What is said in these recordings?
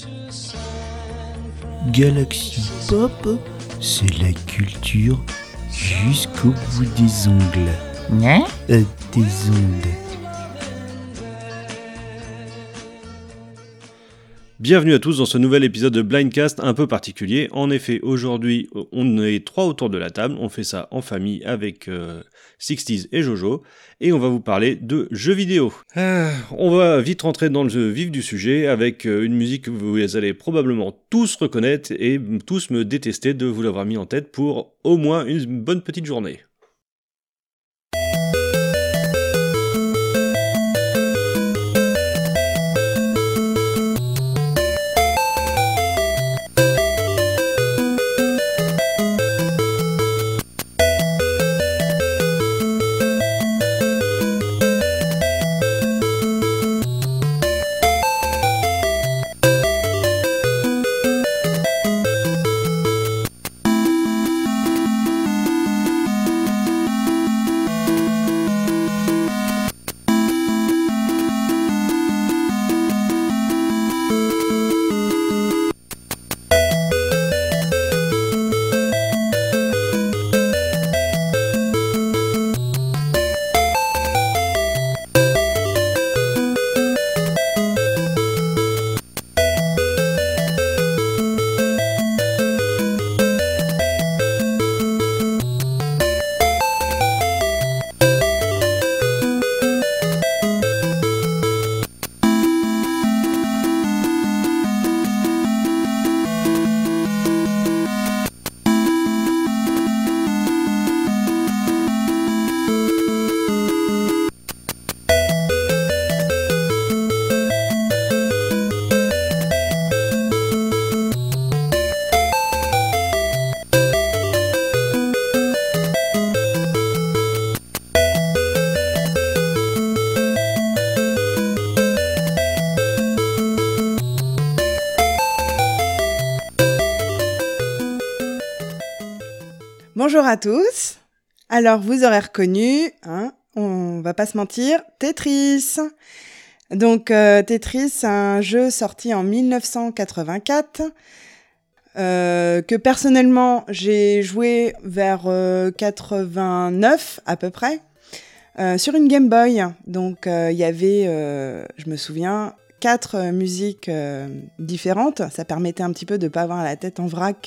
Galaxy Pop, c'est la culture jusqu'au bout des ongles. Hein? Des ondes. Bienvenue à tous dans ce nouvel épisode de Blindcast un peu particulier. En effet, aujourd'hui, on est 3 autour de la table. On fait ça en famille avec Sixties et Jojo. Et on va vous parler de jeux vidéo. On va vite rentrer dans le vif du sujet avec une musique que vous allez probablement tous reconnaître et tous me détester de vous l'avoir mis en tête pour au moins une bonne petite journée. Bonjour à tous. Alors, vous aurez reconnu, on va pas se mentir, Tetris. Donc, Tetris, c'est un jeu sorti en 1984 que personnellement, j'ai joué vers 89 à peu près sur une Game Boy. Donc, il y avait, je me souviens, 4 musiques différentes. Ça permettait un petit peu de pas avoir la tête en vrac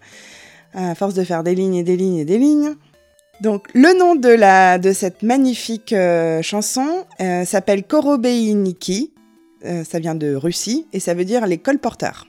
à force de faire des lignes et des lignes et des lignes. Donc, le nom de cette magnifique chanson s'appelle Korobeiniki. Ça vient de Russie et ça veut dire les colporteurs.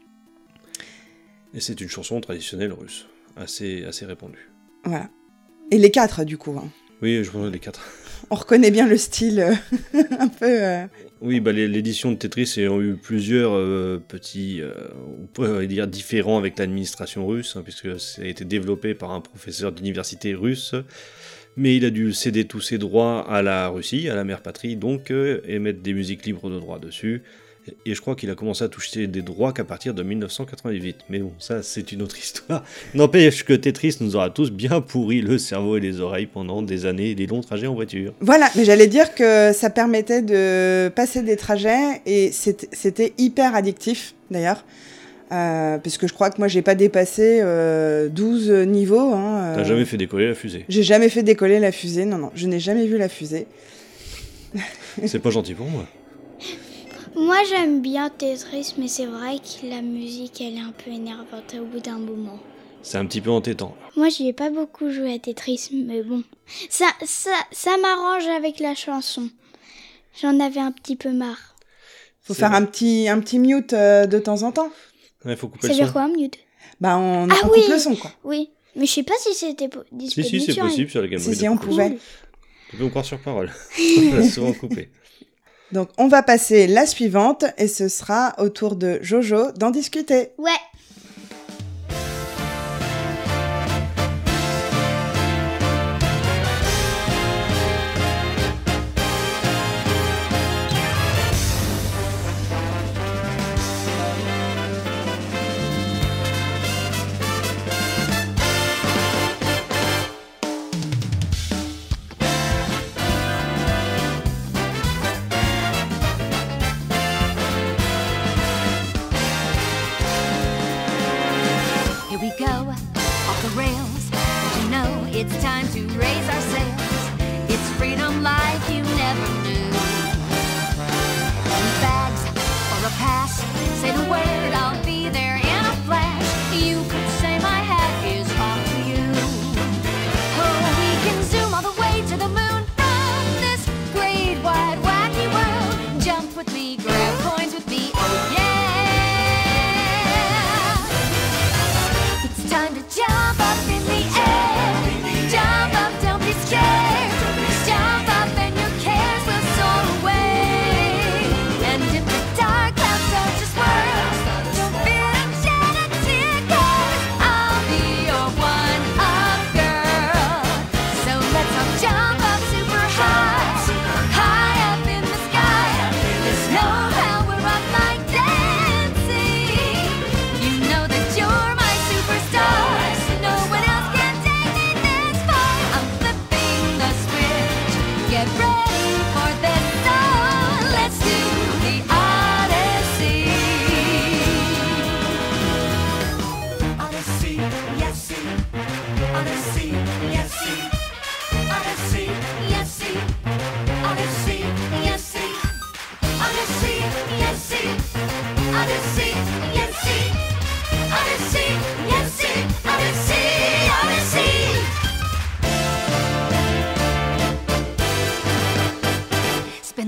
Et c'est une chanson traditionnelle russe, assez répandue. Voilà. Et les 4, du coup. Oui, je pense les 4. On reconnaît bien le style un peu... Oui, l'édition de Tetris a eu plusieurs petits, on pourrait dire différents avec l'administration russe, puisque ça a été développé par un professeur d'université russe, mais il a dû céder tous ses droits à la Russie, à la mère patrie, donc, et mettre des musiques libres de droit dessus. Et je crois qu'il a commencé à toucher des droits qu'à partir de 1998. Mais bon, ça, c'est une autre histoire. N'empêche que Tetris nous aura tous bien pourri le cerveau et les oreilles pendant des années et des longs trajets en voiture. Voilà, mais j'allais dire que ça permettait de passer des trajets et c'était hyper addictif, d'ailleurs. Parce que je crois que moi, j'ai pas dépassé 12 niveaux. T'as jamais fait décoller la fusée? J'ai jamais fait décoller la fusée, non, je n'ai jamais vu la fusée. C'est pas gentil pour moi. Moi, j'aime bien Tetris, mais c'est vrai que la musique, elle est un peu énervante au bout d'un moment. C'est un petit peu entêtant. Moi, j'y ai pas beaucoup joué à Tetris, mais bon. Ça m'arrange avec la chanson. J'en avais un petit peu marre. Faut faire un petit mute de temps en temps. Ouais, faut couper le son. Ça veut dire quoi, un mute? On coupe le son, quoi. Oui, mais je sais pas si c'était disponible. Si, c'est possible sur la Game Boy. Si, on pouvait. Tu peux me croire sur parole. On l'a souvent coupé. Donc, on va passer la suivante et ce sera au tour de Jojo d'en discuter. Ouais.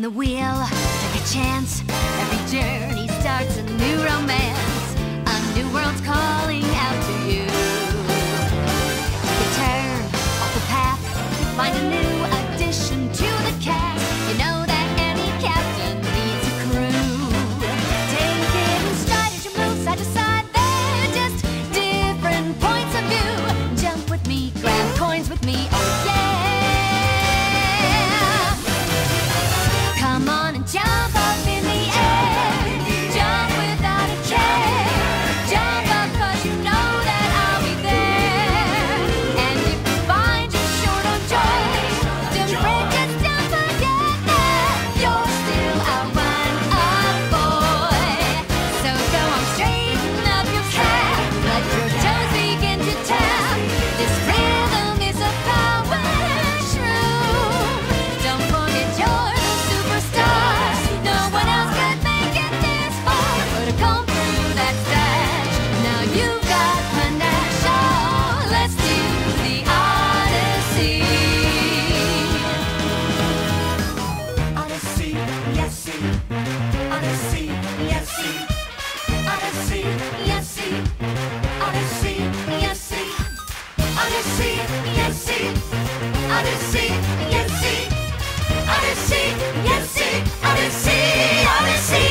the wheel, take a chance. Every journey starts a new romance. A new world's calling out to you. You turn off the path, find a new addition to the cast. You know that any captain needs a crew. Take it in stride as you move side to side. They're just different points of view. Jump with me, grab coins with me, oh yeah. Come on and jump up in the air. Jump without a care. Jump up 'cause you know that I'll be there. And if you find you're short on joy, don't break it down, forget that you're still a run-up boy. So go on, straighten up your cap. Let your toes begin to tap. This rhythm is a power shroom. Don't forget you're the superstar. No one else could make it this far. But to come through that stage, now you've got panache. Oh, let's do the Odyssey. Odyssey, yes, see. Odyssey, yes, see. Odyssey, yes, see. Odyssey, yes, see. Odyssey, yes, see. Odyssey, yes, see. Odyssey, yes, see. Odyssey, Odyssey.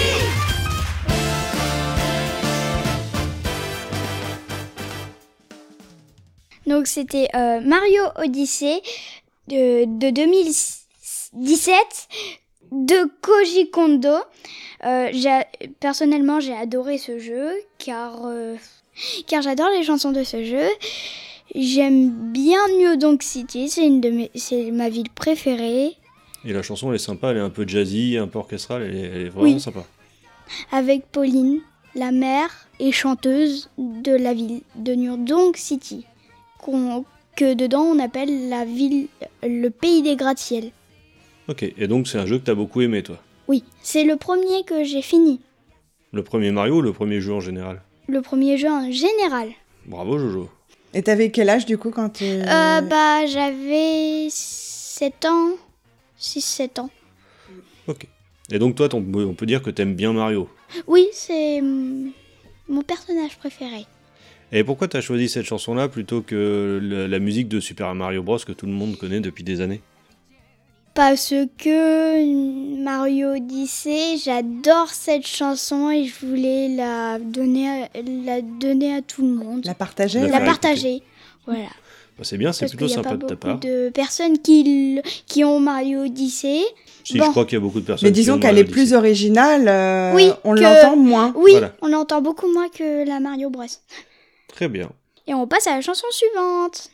Donc c'était Mario Odyssey de 2017 de Koji Kondo. Personnellement, j'ai adoré ce jeu car j'adore les chansons de ce jeu. J'aime bien New Donk City, c'est ma ville préférée. Et la chanson, elle est sympa, elle est un peu jazzy, un peu orchestrale, elle est vraiment sympa. Avec Pauline, la mère et chanteuse de la ville de New Donk City, que dedans on appelle la ville, le pays des gratte-ciel. Ok, et donc c'est un jeu que t'as beaucoup aimé, toi? Oui, c'est le premier que j'ai fini. Le premier Mario ou le premier jeu en général? Le premier jeu en général. Bravo Jojo. Et t'avais quel âge du coup quand tu... J'avais 7 ans, 6-7 ans. Ok. Et donc toi, on peut dire que t'aimes bien Mario. Oui, c'est mon personnage préféré. Et pourquoi t'as choisi cette chanson-là plutôt que la musique de Super Mario Bros que tout le monde connaît depuis des années? Parce que Mario Odyssey, j'adore cette chanson et je voulais la donner à tout le monde. La partager? La La faire partager, voilà. Bah, c'est bien, c'est Parce plutôt qu'il y a sympa pas de ta part. beaucoup de personnes qui ont Mario Odyssey. Si, Bon. je crois qu'il y a beaucoup de personnes Mais disons qui ont qu'elle Mario est plus Odyssey. originale, Oui, on que- l'entend moins. Oui, Voilà. on l'entend beaucoup moins que la Mario Bros. Très bien. Et on passe à la chanson suivante.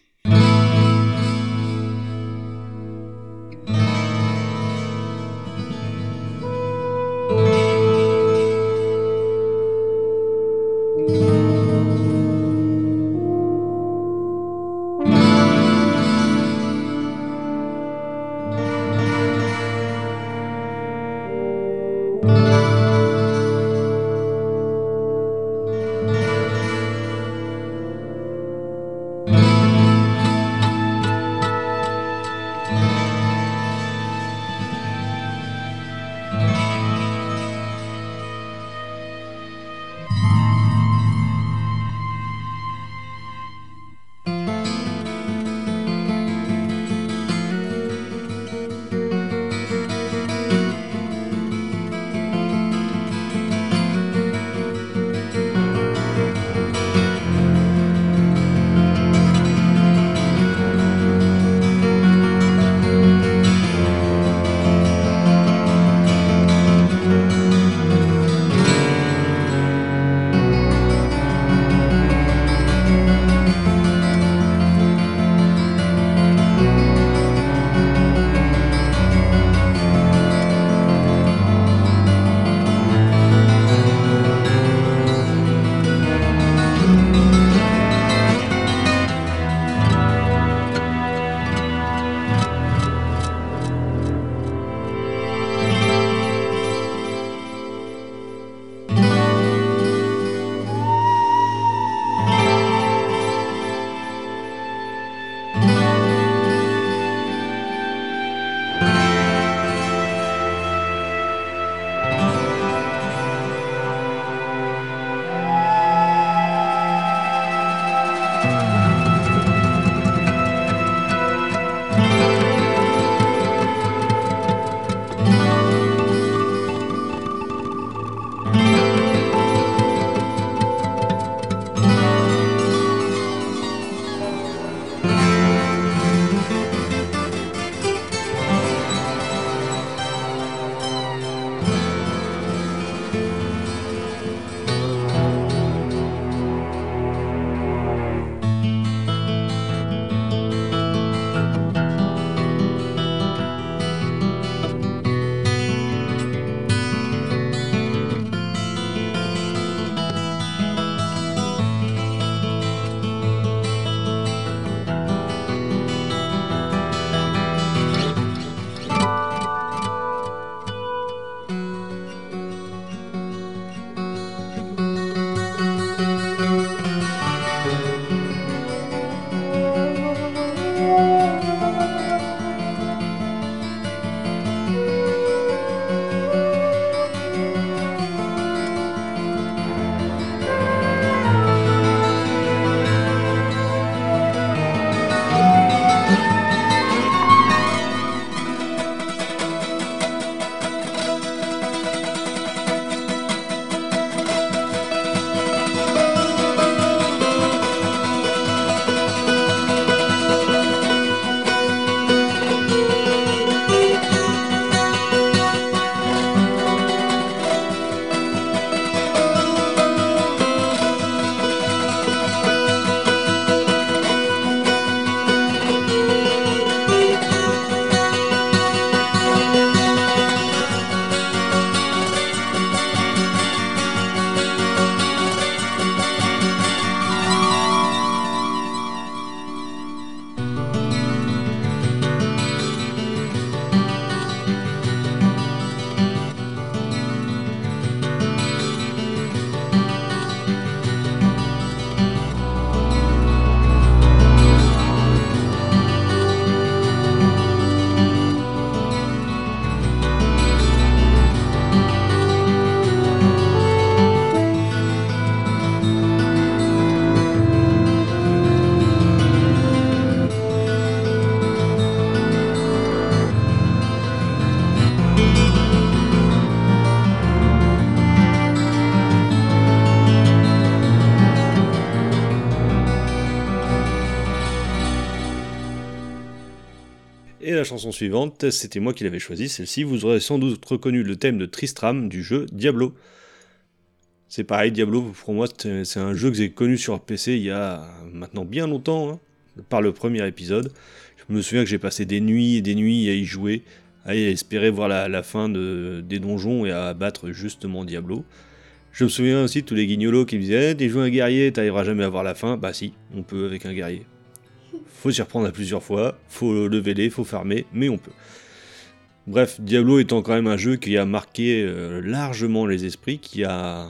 la chanson suivante, c'était moi qui l'avais choisie, celle-ci, vous aurez sans doute reconnu le thème de Tristram du jeu Diablo. C'est pareil, Diablo, pour moi, c'est un jeu que j'ai connu sur PC il y a maintenant bien longtemps, hein, par le premier épisode. Je me souviens que j'ai passé des nuits et des nuits à y jouer, à espérer voir la fin des donjons et à battre justement Diablo. Je me souviens aussi de tous les guignolos qui me disaient t'es joué un guerrier, t'arriveras jamais à voir la fin. Bah si, on peut avec un guerrier. Faut s'y reprendre à plusieurs fois, faut leveler, faut farmer, mais on peut. Bref, Diablo étant quand même un jeu qui a marqué largement les esprits, qui a,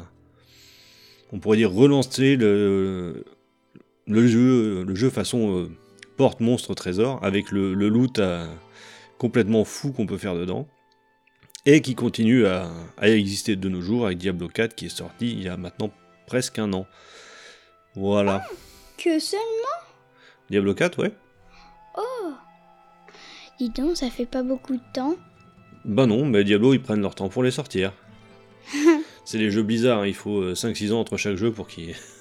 on pourrait dire, relancé le jeu façon porte-monstre trésor, avec le loot complètement fou qu'on peut faire dedans, et qui continue à exister de nos jours avec Diablo 4 qui est sorti il y a maintenant presque un an. Voilà. Que seulement? Diablo 4, ouais. Oh! Dis donc, ça fait pas beaucoup de temps. Bah non, mais Diablo, ils prennent leur temps pour les sortir. C'est les jeux Blizzard, hein, il faut 5-6 ans entre chaque jeu pour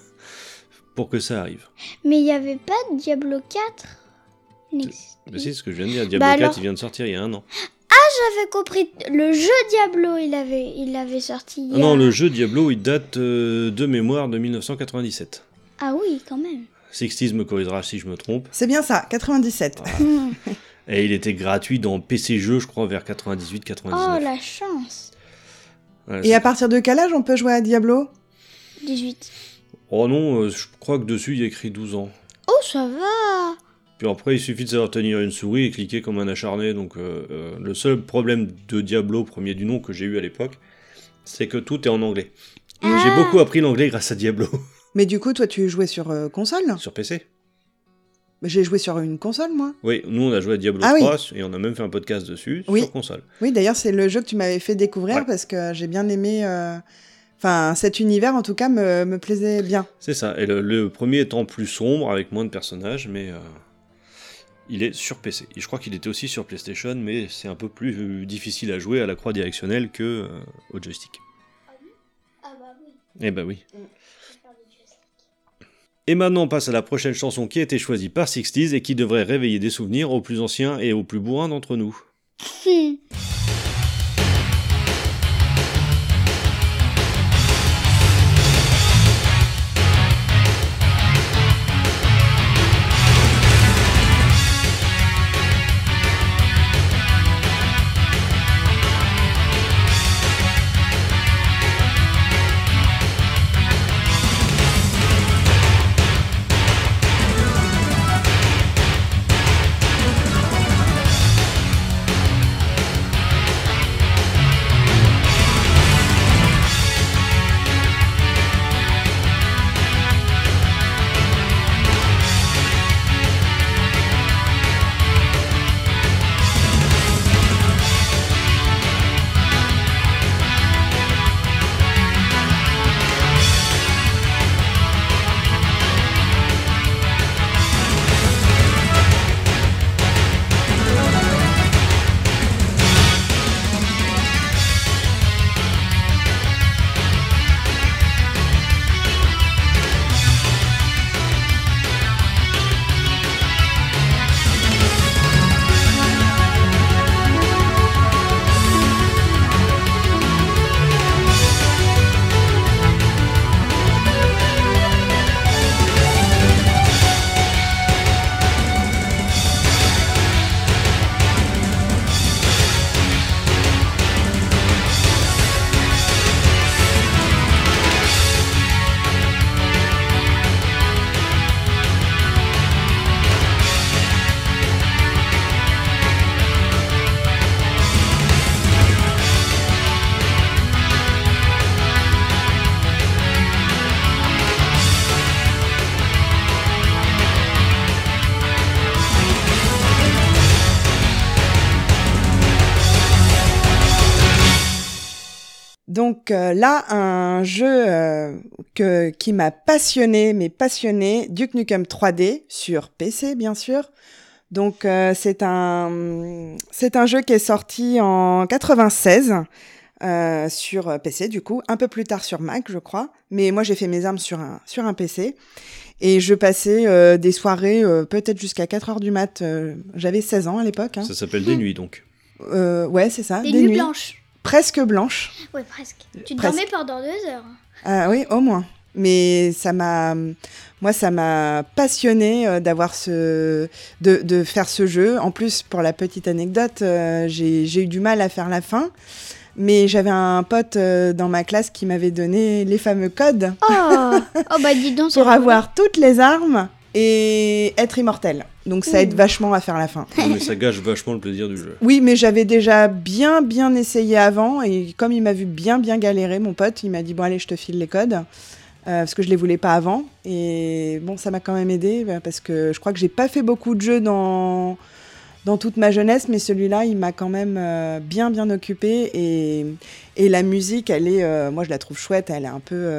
que ça arrive. Mais il y avait pas de Diablo 4? Bah si, c'est ce que je viens de dire, Diablo Bah 4, alors... il vient de sortir il y a un an. J'avais compris, le jeu Diablo, il avait sorti il y a... Non, le jeu Diablo, il date de mémoire de 1997. Ah oui, quand même. Sixties me corrigera si je me trompe. C'est bien ça, 97. Voilà. Et il était gratuit dans PC Jeux, je crois, vers 98-99. Oh, la chance. Ouais, Et à partir de quel âge on peut jouer à Diablo? 18. Oh non, je crois que dessus, il y a écrit 12 ans. Oh, ça va. Puis après, il suffit de savoir tenir une souris et cliquer comme un acharné. Donc le seul problème de Diablo, premier du nom, que j'ai eu à l'époque, c'est que tout est en anglais. Ah. J'ai beaucoup appris l'anglais grâce à Diablo. Mais du coup, toi, tu jouais sur console? Sur PC. J'ai joué sur une console, moi. Oui, nous on a joué à Diablo Ah 3 et on a même fait un podcast dessus sur console. Oui, d'ailleurs, c'est le jeu que tu m'avais fait découvrir parce que j'ai bien aimé... Enfin, cet univers, en tout cas, me plaisait bien. C'est ça, et le premier étant plus sombre, avec moins de personnages, mais il est sur PC. Et je crois qu'il était aussi sur PlayStation, mais c'est un peu plus difficile à jouer à la croix directionnelle que au joystick. Ah bah oui. Eh bah oui. Et maintenant on passe à la prochaine chanson qui a été choisie par Sixties et qui devrait réveiller des souvenirs aux plus anciens et aux plus bourrins d'entre nous. Donc là, un jeu qui m'a passionné, Duke Nukem 3D sur PC, bien sûr. Donc c'est un jeu qui est sorti en 96 sur PC, du coup, un peu plus tard sur Mac, je crois. Mais moi, j'ai fait mes armes sur un PC. Et je passais des soirées, peut-être jusqu'à 4h du mat. J'avais 16 ans à l'époque. Hein. Ça s'appelle des nuits, donc. Ouais, c'est ça. Des des nuits nuits. blanches. Presque blanches. Ouais, presque. Tu Presque. dormais pendant 2 heures. Ah oui, au moins. Mais moi, ça m'a passionné de faire ce jeu. En plus, pour la petite anecdote, j'ai eu du mal à faire la fin. Mais j'avais un pote dans ma classe qui m'avait donné les fameux codes Oh, bah dis donc. pour avoir toutes les armes et être immortel. Donc ça aide vachement à faire la fin. Non, mais ça gâche vachement le plaisir du jeu. Oui, mais j'avais déjà bien essayé avant. Et comme il m'a vu bien galérer, mon pote, il m'a dit « Bon, allez, je te file les codes. » Parce que je les voulais pas avant. Et bon, ça m'a quand même aidé parce que je crois que j'ai pas fait beaucoup de jeux dans toute ma jeunesse, mais celui-là, il m'a quand même bien occupée. Et la musique, moi, je la trouve chouette. Elle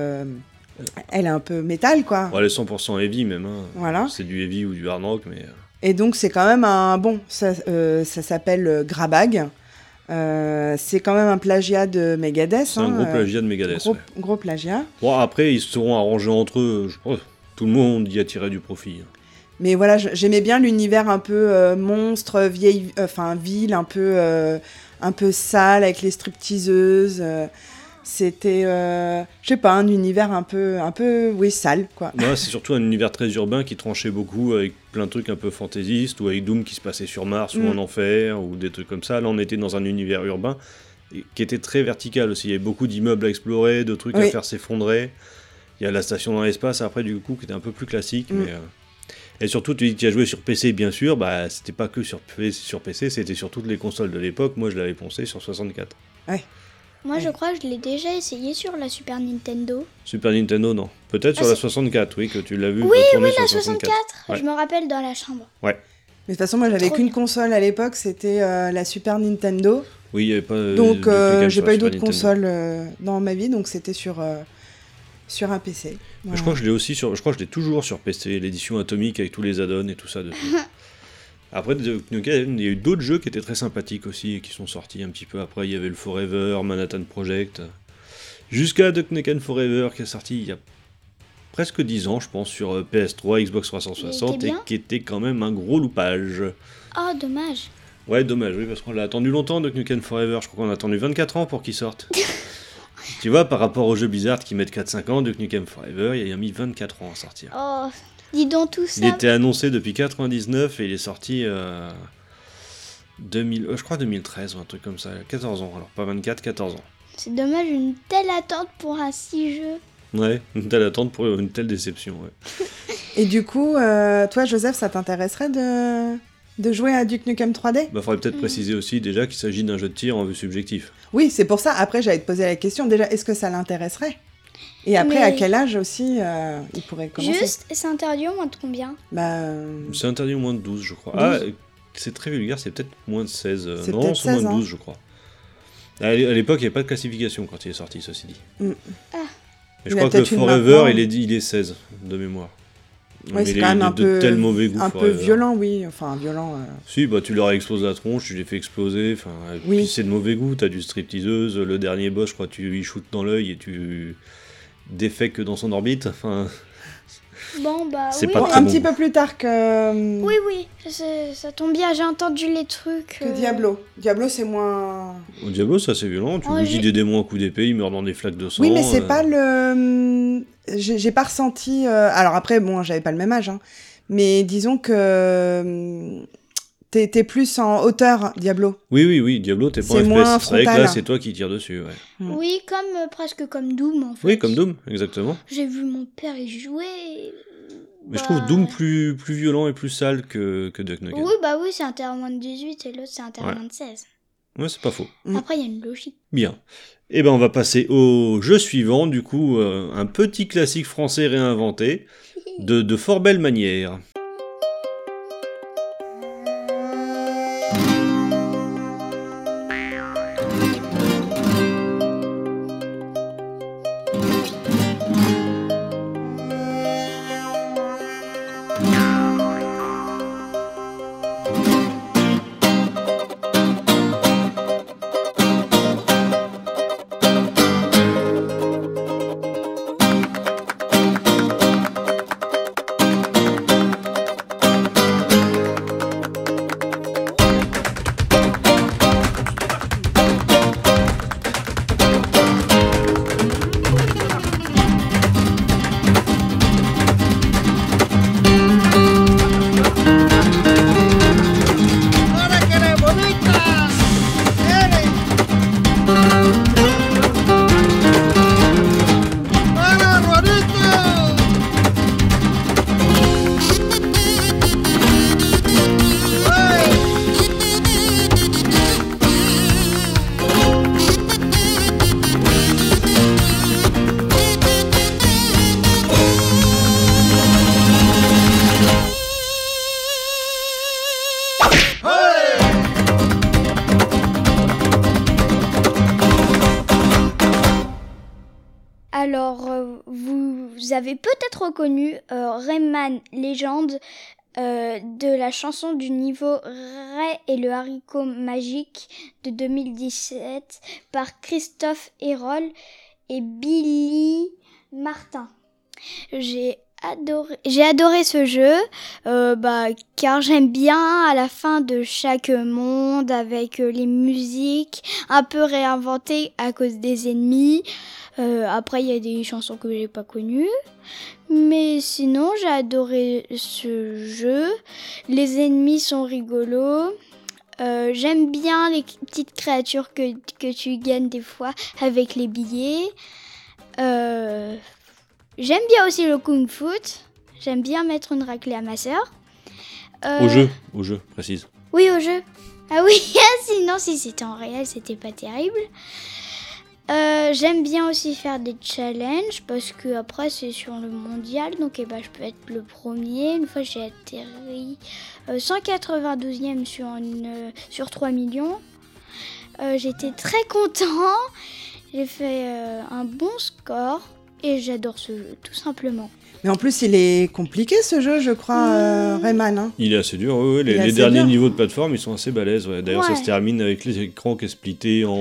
est un peu métal, quoi. Bon, elle est 100% heavy même. Hein. Voilà. C'est du heavy ou du hard rock, mais... Et donc, c'est quand même ça s'appelle Grabag. C'est quand même un plagiat de Megadeth. C'est un gros plagiat de Megadeth. Gros plagiat. Bon, après, ils se seront arrangés entre eux. Je crois tout le monde y a tiré du profit. Mais voilà, j'aimais bien l'univers un peu monstre, ville, un peu sale avec les stripteaseuses. C'était, je sais pas, un univers un peu, oui, sale, quoi. Moi, c'est surtout un univers très urbain qui tranchait beaucoup avec plein de trucs un peu fantaisistes, ou avec Doom qui se passait sur Mars ou en enfer, ou des trucs comme ça. Là, on était dans un univers urbain qui était très vertical aussi. Il y avait beaucoup d'immeubles à explorer, de trucs à faire s'effondrer. Il y a la station dans l'espace, après, du coup, qui était un peu plus classique, mais... Et surtout, tu dis que tu as joué sur PC, bien sûr, bah c'était pas que sur PC, c'était sur toutes les consoles de l'époque. Moi, je l'avais poncé sur 64. Ouais. Moi, je crois que je l'ai déjà essayé sur la Super Nintendo. Super Nintendo, non. Peut-être sur la 64, oui, que tu l'as vu. Oui, tourner sur la 64. Ouais. Je me rappelle dans la chambre. Ouais. Mais de toute façon, moi, j'avais Trop qu'une bien. console à l'époque, c'était la Super Nintendo. Oui, il n'y avait pas. Donc, j'ai pas eu d'autres Nintendo. consoles dans ma vie, donc c'était sur un PC. Mais je crois que je l'ai aussi je crois que je l'ai toujours sur PC, l'édition atomique avec tous les add-ons et tout ça dessus. Après, il y a eu d'autres jeux qui étaient très sympathiques aussi et qui sont sortis un petit peu après. Il y avait le Forever, Manhattan Project, jusqu'à Duck Nukem Forever qui est sorti il y a presque 10 ans, je pense, sur PS3, Xbox 360 et qui était quand même un gros loupage. Oh, dommage. Ouais, dommage, oui, parce qu'on l'a attendu longtemps, Duck Nukem Forever. Je crois qu'on a attendu 24 ans pour qu'il sorte. Tu vois, par rapport aux jeux Blizzard qui mettent 4-5 ans, Duck Nukem Forever, il a mis 24 ans à sortir. Oh, dis donc tout ça. Il était annoncé depuis 99 et il est sorti je crois 2013 ou un truc comme ça, 14 ans, alors pas 24, 14 ans. C'est dommage, une telle attente pour un si jeu. Ouais, une telle attente pour une telle déception, ouais. Et du coup, toi, Joseph, ça t'intéresserait de jouer à Duke Nukem 3D ? Bah, faudrait peut-être préciser aussi déjà qu'il s'agit d'un jeu de tir en vue subjective. Oui, c'est pour ça. Après, j'allais te poser la question. Déjà, est-ce que ça l'intéresserait ? Et après, Mais- à quel âge aussi il pourrait commencer ? Juste, c'est interdit au moins de combien? C'est interdit au moins de 12, je crois. 12. Ah, c'est très vulgaire, c'est peut-être moins de 16. C'est Non, peut-être c'est moins 16, de hein. 12, je crois. À l'époque, il n'y avait pas de classification quand il est sorti, ceci dit. Mm. Ah. Et Il je y crois a que le peut-être une Forever, maintenant. il est 16, de mémoire. Ouais, c'est il quand même est un de peu, tel mauvais goût, un peu Forever. violent, oui. Enfin, violent. Si, bah tu leur exploses la tronche, tu les fais exploser, enfin, et Oui. puis c'est de mauvais goût, t'as du stripteaseuse, le dernier boss, je crois, tu lui shootes dans l'œil et tu défèques dans son orbite, enfin... Bon, bah C'est oui. pas Bon, mais- très un bon. petit peu plus tard que, Oui, ça tombe bien, j'ai entendu les trucs. que Diablo. Diablo, c'est moins... Au Diablo, ça c'est violent, tu Oh, bouillis j'ai- des démons à coups d'épée, ils meurent dans des flaques de sang... Oui, mais c'est pas le... J'ai pas ressenti... Alors après, bon, j'avais pas le même âge, hein. Mais disons que... T'es plus en hauteur, Diablo. Oui, Diablo, t'es pas C'est en moins FPS, c'est vrai que là, frontal. c'est toi qui tires dessus, ouais. Oui, comme presque comme Doom en fait. Oui, comme Doom, exactement. J'ai vu mon père y jouer. Mais je Bah, trouve Doom plus violent et plus sale que Duck Nukem. Oui, c'est interdit moins de 18 et l'autre c'est interdit Ouais. moins de 16. Ouais, c'est pas faux. Mm. Après, il y a une logique. Bien. Et ben on va passer au jeu suivant, du coup, un petit classique français réinventé, de fort belle manière. Alors, vous avez peut-être reconnu Rayman, légende de la chanson du niveau Ray et le haricot magique de 2017 par Christophe Hérol et Billy Martin. J'ai adoré ce jeu, car j'aime bien à la fin de chaque monde avec les musiques un peu réinventées à cause des ennemis. Après, il y a des chansons que j'ai pas connues. Mais sinon, j'ai adoré ce jeu. Les ennemis sont rigolos. J'aime bien les petites créatures que tu gagnes des fois avec les billets. J'aime bien aussi le Kung Fu. J'aime bien mettre une raclée à ma sœur. Au jeu, précise. Oui, au jeu. Ah oui, sinon si c'était en réel, c'était pas terrible. J'aime bien aussi faire des challenges parce que après c'est sur le mondial, donc je peux être le premier. Une fois j'ai atterri 192e sur 3 millions. J'étais très content. J'ai fait un bon score et j'adore ce jeu tout simplement. Mais en plus, il est compliqué ce jeu, je crois, Rayman. Hein. Il est assez dur, oui. Les derniers niveaux de plateforme, ils sont assez balèzes. Ouais. D'ailleurs, ça se termine avec l'écran qui est splitté en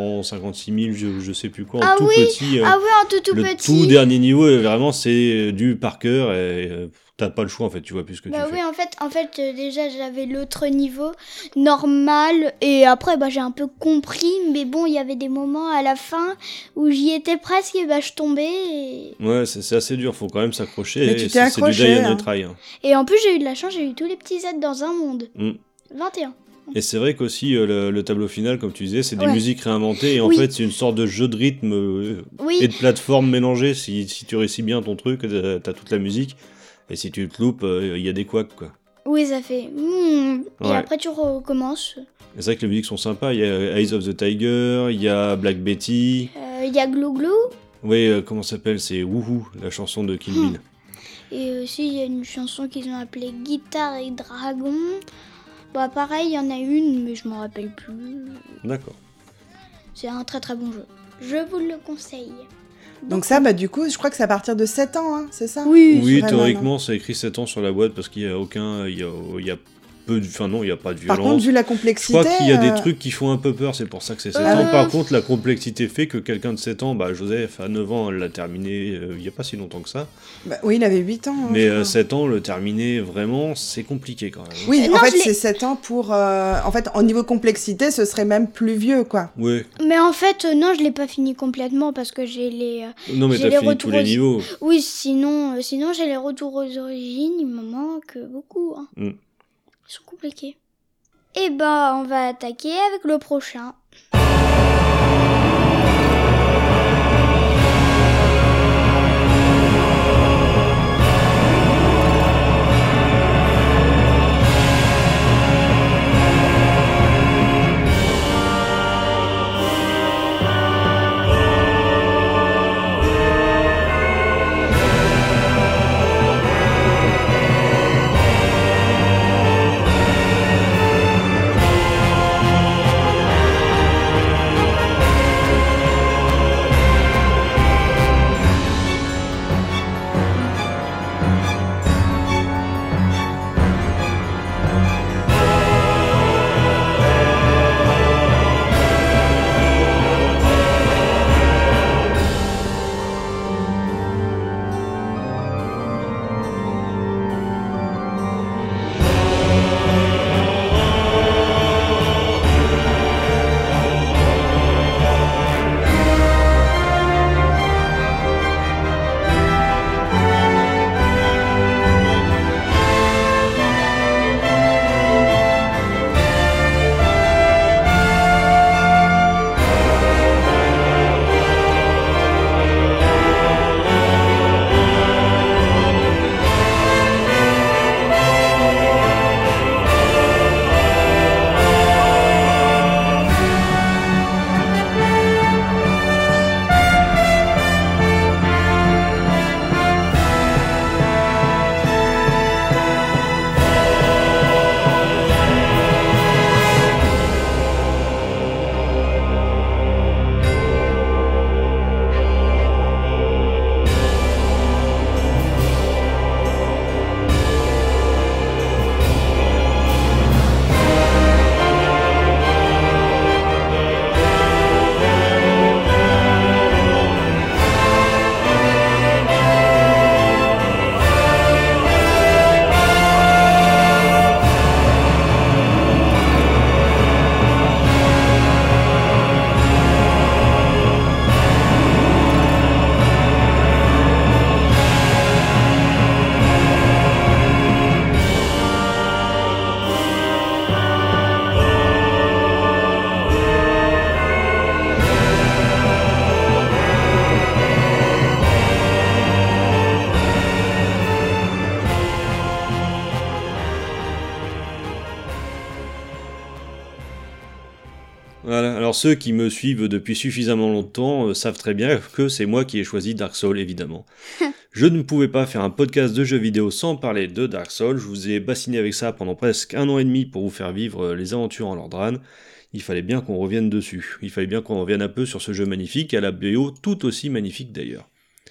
256 000, je sais plus quoi, en tout petit. en tout le petit. tout dernier niveau, vraiment, c'est du par cœur et t'as pas le choix, en fait, tu vois plus ce que tu fais. Oui, en fait, déjà, j'avais l'autre niveau normal et après, j'ai un peu compris, mais bon, il y avait des moments à la fin où j'y étais presque et je tombais. Et... Ouais, c'est assez dur, faut quand même s'accrocher. Mais tu t'es accroché. C'est du die and retry. Hein. Et en plus, j'ai eu de la chance, j'ai eu tous les petits aides dans un monde. 21. Et c'est vrai qu'aussi, le tableau final, comme tu disais, c'est des musiques réinventées. Et en fait, c'est une sorte de jeu de rythme et de plateforme mélangée. Si tu réussis bien ton truc, t'as toute la musique. Et si tu te loupes, il y a des couacs, quoi. Oui, ça fait... Et après, tu recommences. C'est vrai que les musiques sont sympas. Il y a Eyes of the Tiger, il y a Black Betty. Il y a Glou Glou. Oui, comment ça s'appelle ? C'est Woohoo, la chanson de Kill Bill. Et aussi, il y a une chanson qu'ils ont appelée Guitare et Dragon. Pareil, il y en a une, mais je m'en rappelle plus. D'accord. C'est un très très bon jeu. Je vous le conseille. Donc ça, du coup, je crois que c'est à partir de 7 ans, hein, c'est ça ? Oui, théoriquement, c'est écrit 7 ans sur la boîte parce qu'il y a aucun... Il y a peu de... Enfin non, il n'y a pas de violence. Par contre, vu la complexité... Je crois qu'il y a des trucs qui font un peu peur, c'est pour ça que c'est 7 ans. Par contre, la complexité fait que quelqu'un de 7 ans, Joseph, à 9 ans, elle l'a terminé il n'y a pas si longtemps que ça. Oui, il avait 8 ans. Mais 7 ans, le terminer vraiment, c'est compliqué quand même. Oui, en fait, c'est 7 ans pour... En fait, au niveau complexité, ce serait même plus vieux, quoi. Oui. Mais en fait, non, je l'ai pas fini complètement parce que j'ai les... non, mais t'as fini tous les niveaux. Oui, sinon j'ai les retours aux origines, il me manque beaucoup. Hein. Ils sont compliqués. Et on va attaquer avec le prochain. Alors ceux qui me suivent depuis suffisamment longtemps savent très bien que c'est moi qui ai choisi Dark Souls, évidemment. Je ne pouvais pas faire un podcast de jeux vidéo sans parler de Dark Souls. Je vous ai bassiné avec ça pendant presque 1 an et demi pour vous faire vivre les aventures en Lordran. Il fallait bien qu'on revienne dessus. Il fallait bien qu'on revienne un peu sur ce jeu magnifique, à la BO tout aussi magnifique d'ailleurs.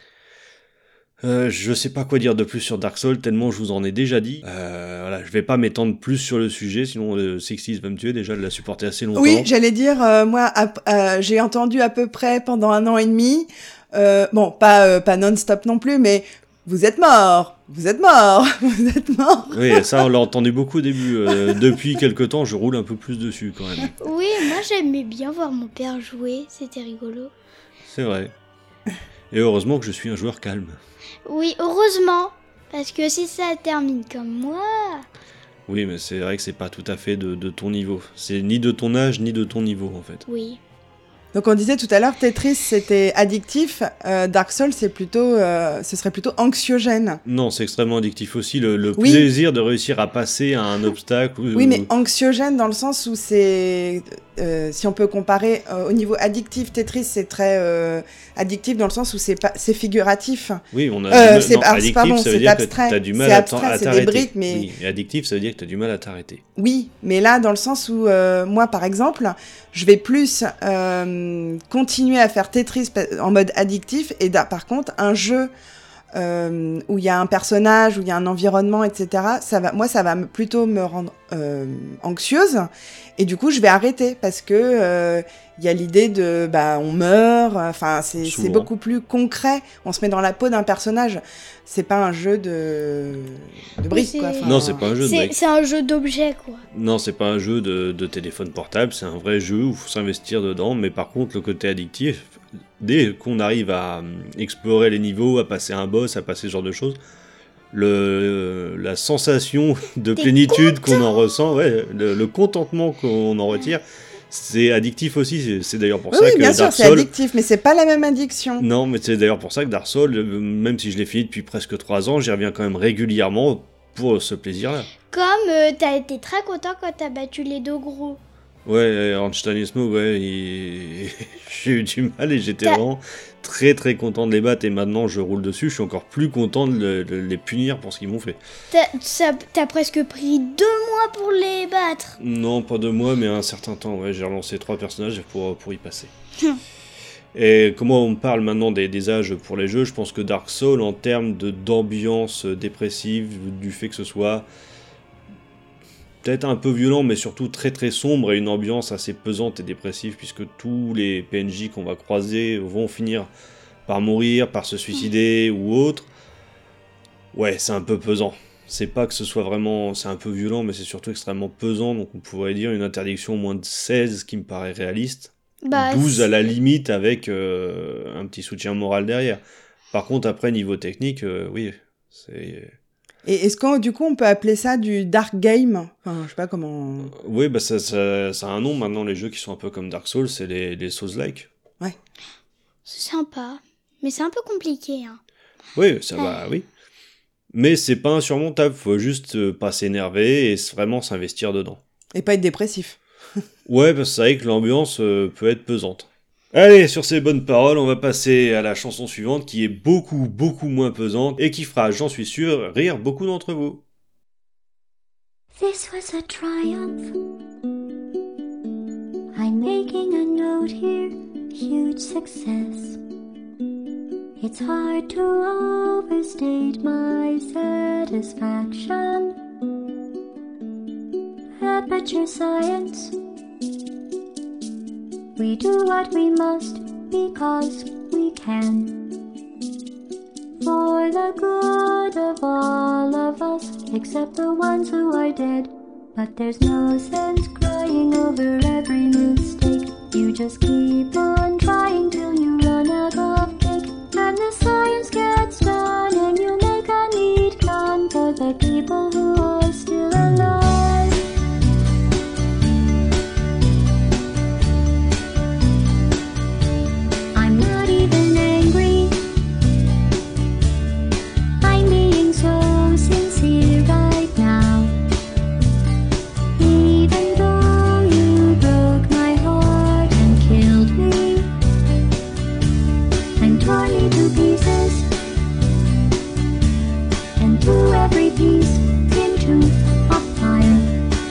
Je sais pas quoi dire de plus sur Dark Souls, tellement je vous en ai déjà dit. Voilà, je vais pas m'étendre plus sur le sujet, sinon Sixties va me tuer, déjà de la supporter assez longtemps. Oui, j'allais dire, moi, j'ai entendu à peu près pendant 1 an et demi, bon, pas non-stop non plus, mais vous êtes mort, vous êtes mort, vous êtes mort. Oui, ça on l'a entendu beaucoup au début. Depuis quelques temps, je roule un peu plus dessus quand même. Oui, moi j'aimais bien voir mon père jouer, c'était rigolo. C'est vrai. Et heureusement que je suis un joueur calme. Oui, heureusement, parce que si ça termine comme moi... Oui, mais c'est vrai que c'est pas tout à fait de ton niveau. C'est ni de ton âge, ni de ton niveau, en fait. Oui. Donc on disait tout à l'heure, Tetris c'était addictif, Dark Souls ce serait plutôt anxiogène. Non, c'est extrêmement addictif aussi, le Oui. plaisir de réussir à passer à un obstacle. Oui, mais anxiogène dans le sens où c'est, si on peut comparer au niveau addictif, Tetris c'est très addictif dans le sens où c'est figuratif. Oui, on a c'est addictif, pardon, ça veut c'est dire que abstrait. t'as du mal C'est à abstrait, c'est t'arrêter. des briques, mais Oui, et addictif, ça veut dire que t'as du mal à t'arrêter. oui, mais là dans le sens où moi par exemple, je vais plus continuer à faire Tetris en mode addictif et par contre un jeu où il y a un personnage, où il y a un environnement, etc. Ça va plutôt me rendre anxieuse et du coup je vais arrêter parce que il y a l'idée de on meurt, enfin c'est Souvent. beaucoup plus concret, on se met dans la peau d'un personnage, c'est pas un jeu de briques c'est- quoi. Enfin, Non, c'est pas un jeu de briques. C'est un jeu d'objets, quoi. Non, c'est pas un jeu de téléphone portable, c'est un vrai jeu où il faut s'investir dedans, mais par contre, le côté addictif, dès qu'on arrive à explorer les niveaux, à passer un boss, à passer ce genre de choses, la sensation de plénitude qu'on en ressent, ouais, le contentement qu'on en retire, c'est addictif aussi. C'est d'ailleurs pour ça oui, que bien sûr, Dark c'est Souls... addictif, mais c'est pas la même addiction. Non, mais c'est d'ailleurs pour ça que Dark Souls, même si je l'ai fini depuis presque 3 ans, j'y reviens quand même régulièrement pour ce plaisir-là. Comme t'as été très content quand t'as battu les 2 gros. Ouais, Ornstein et Smough, ouais, j'ai eu du mal et j'étais vraiment très très content de les battre et maintenant je roule dessus, je suis encore plus content de les punir pour ce qu'ils m'ont fait. T'as presque pris 2 mois pour les battre. Non, pas 2 mois, mais un certain temps, ouais, j'ai relancé 3 personnages pour y passer. Et comment on parle maintenant des âges pour les jeux, je pense que Dark Souls, en termes d'ambiance dépressive, du fait que ce soit peut-être un peu violent, mais surtout très très sombre et une ambiance assez pesante et dépressive, puisque tous les PNJ qu'on va croiser vont finir par mourir, par se suicider ou autre. Ouais, c'est un peu pesant. C'est pas que ce soit vraiment... C'est un peu violent, mais c'est surtout extrêmement pesant, donc on pourrait dire une interdiction au moins de 16 qui me paraît réaliste. 12 à la limite avec un petit soutien moral derrière. Par contre, après, niveau technique, oui, c'est... Et est-ce qu'on, du coup, on peut appeler ça du dark game? Enfin, je sais pas comment... Oui, ça a un nom maintenant, les jeux qui sont un peu comme Dark Souls, c'est les Souls-like. Ouais. C'est sympa, mais c'est un peu compliqué, hein. Oui, ça va, oui. Mais c'est pas insurmontable, faut juste pas s'énerver et vraiment s'investir dedans. Et pas être dépressif. Ouais, parce que c'est vrai que l'ambiance peut être pesante. Allez, sur ces bonnes paroles, on va passer à la chanson suivante qui est beaucoup, beaucoup moins pesante et qui fera, j'en suis sûr, rire beaucoup d'entre vous. This was a triumph. I'm making a note here, huge success. It's hard to overstate my satisfaction. Aperture science. We do what we must because we can. For the good of all of us, except the ones who are dead. But there's no sense crying over every mistake. You just keep on trying till you run out of cake. And the science gets done and you make a neat gun for the people who are still alive. I'm not even angry. I'm being so sincere right now. Even though you broke my heart and tore me to pieces and threw every piece into a fire.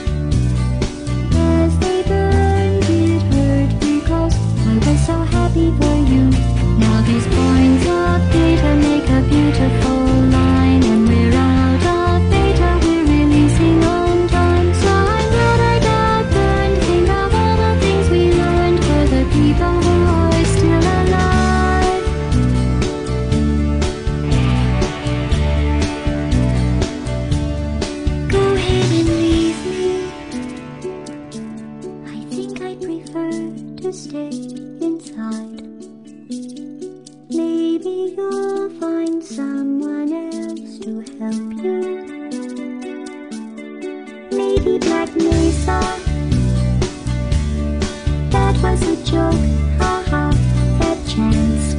As they burned, it hurt because I was so happy for you. Now these points of data make a beautiful line, and we're out of data, we're releasing on time. So I'm glad I got burned. Think of all the things we learned for the people who are still alive. Go ahead and leave me. I think I prefer to stay inside. Maybe you'll find someone else to help you. Maybe Black Mesa. That was a joke, haha, that chance.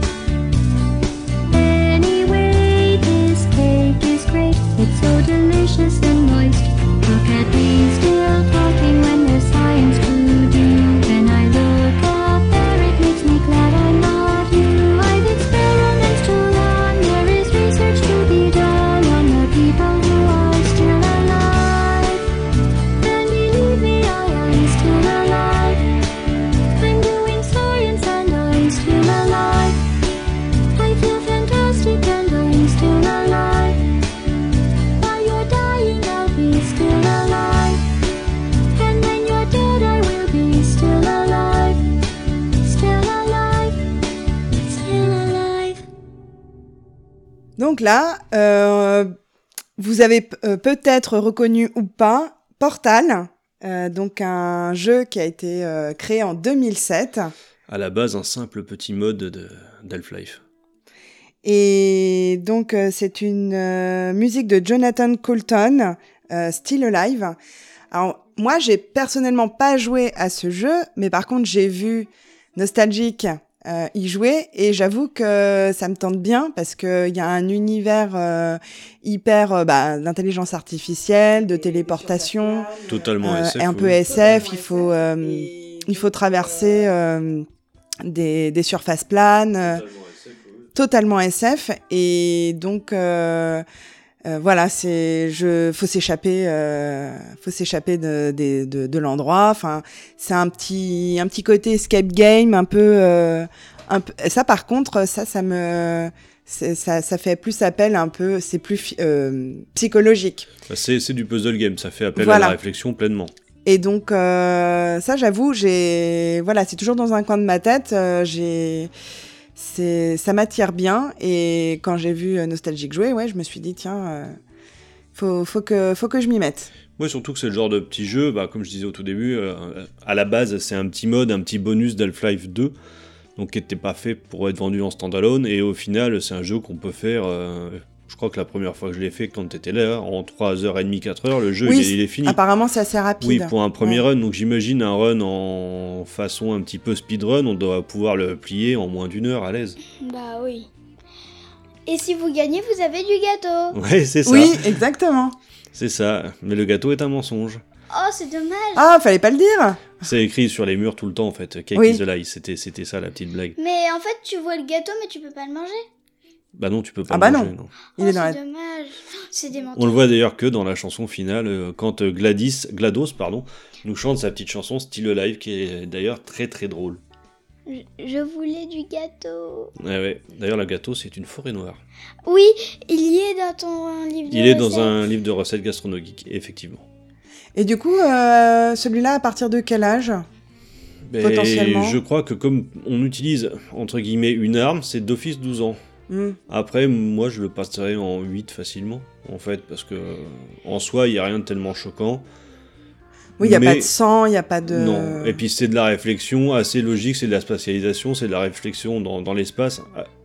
Anyway, this cake is great. It's so delicious and moist. Look at me still talking when there's science to do. When I look up there, it makes me glad I'm not you. I've experiments to run. There is research to be done on the people who are still alive. And believe me, I am still alive. I'm doing science and I'm still alive. I feel fantastic and I'm still alive. While you're dying, I'll be still alive. And when you're dead, I will be still alive. Still alive. Still alive. Donc là, vous avez peut-être reconnu ou pas Portal, donc un jeu qui a été créé en 2007. À la base, un simple petit mode d'Half-Life. Et donc, c'est une musique de Jonathan Coulton, Still Alive. Alors, moi, j'ai personnellement pas joué à ce jeu, mais par contre, j'ai vu Nostalgique y jouer, et j'avoue que ça me tente bien, parce qu'il y a un univers hyper d'intelligence artificielle, de téléportation, Totalement SF. un peu oui. SF. Il faut traverser des surfaces planes. Totalement SF, et donc voilà, faut s'échapper de l'endroit. Enfin, c'est un petit côté escape game, un peu. Ça, par contre, ça fait plus appel un peu, c'est plus psychologique. C'est du puzzle game, ça fait appel Voilà. à la réflexion pleinement. Et donc ça, j'avoue, c'est toujours dans un coin de ma tête. Ça m'attire bien, et quand j'ai vu Nostalgique jouer, ouais, je me suis dit tiens, faut que je m'y mette. Ouais, surtout que c'est le genre de petit jeu, comme je disais au tout début, à la base c'est un petit mode, un petit bonus d'Half-Life 2, donc qui n'était pas fait pour être vendu en standalone, et au final c'est un jeu qu'on peut faire, je crois que la première fois que je l'ai fait, quand t'étais là, en 3h30, 4h, le jeu Oui, il est fini. Apparemment c'est assez rapide. Oui, pour un premier Ouais. run, donc j'imagine un run en façon un petit peu speedrun, on doit pouvoir le plier en moins d'1 heure à l'aise. Bah oui. Et si vous gagnez, vous avez du gâteau. Ouais, c'est ça. Oui, exactement. C'est ça, mais le gâteau est un mensonge. Oh, c'est dommage. Ah, fallait pas le dire. C'est écrit sur les murs tout le temps en fait, Cake Oui. is a lie, c'était ça la petite blague. Mais en fait, tu vois le gâteau, mais tu peux pas le manger. Bah non, tu peux pas Ah bah le manger, non. non. Il est dans c'est la... dommage. C'est des On le voit d'ailleurs que dans la chanson finale, quand GLaDOS nous chante sa petite chanson Still Alive, qui est d'ailleurs très très drôle. Je voulais du gâteau. Ouais. D'ailleurs, le gâteau, c'est une forêt noire. Oui, il y est dans ton livre de Il est dans recettes. un livre de recettes gastronomiques, effectivement. Et du coup, celui-là, à partir de quel âge Mais Potentiellement. je crois que comme on utilise, entre guillemets, une arme, c'est d'office 12 ans. Après, moi, je le passerais en 8 facilement, en fait, parce que en soi, il n'y a rien de tellement choquant. Oui, il n'y a Mais- pas de sang, il n'y a pas de... Non, et puis c'est de la réflexion assez logique, c'est de la spatialisation, c'est de la réflexion dans l'espace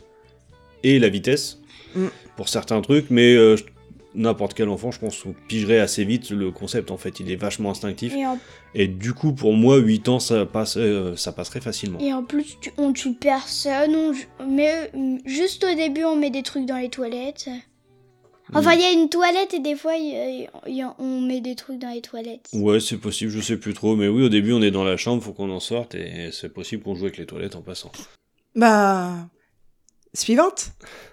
et la vitesse pour certains trucs, mais n'importe quel enfant, je pense, pigerait assez vite le concept, en fait, il est vachement instinctif. Et du coup, pour moi, 8 ans, ça passerait facilement. Et en plus, on tue personne, mais juste au début, on met des trucs dans les toilettes. Enfin, il y a une toilette et des fois, on met des trucs dans les toilettes. Ouais, c'est possible, je sais plus trop, mais oui, au début, on est dans la chambre, faut qu'on en sorte, et c'est possible qu'on joue avec les toilettes en passant. Bah... Suivante.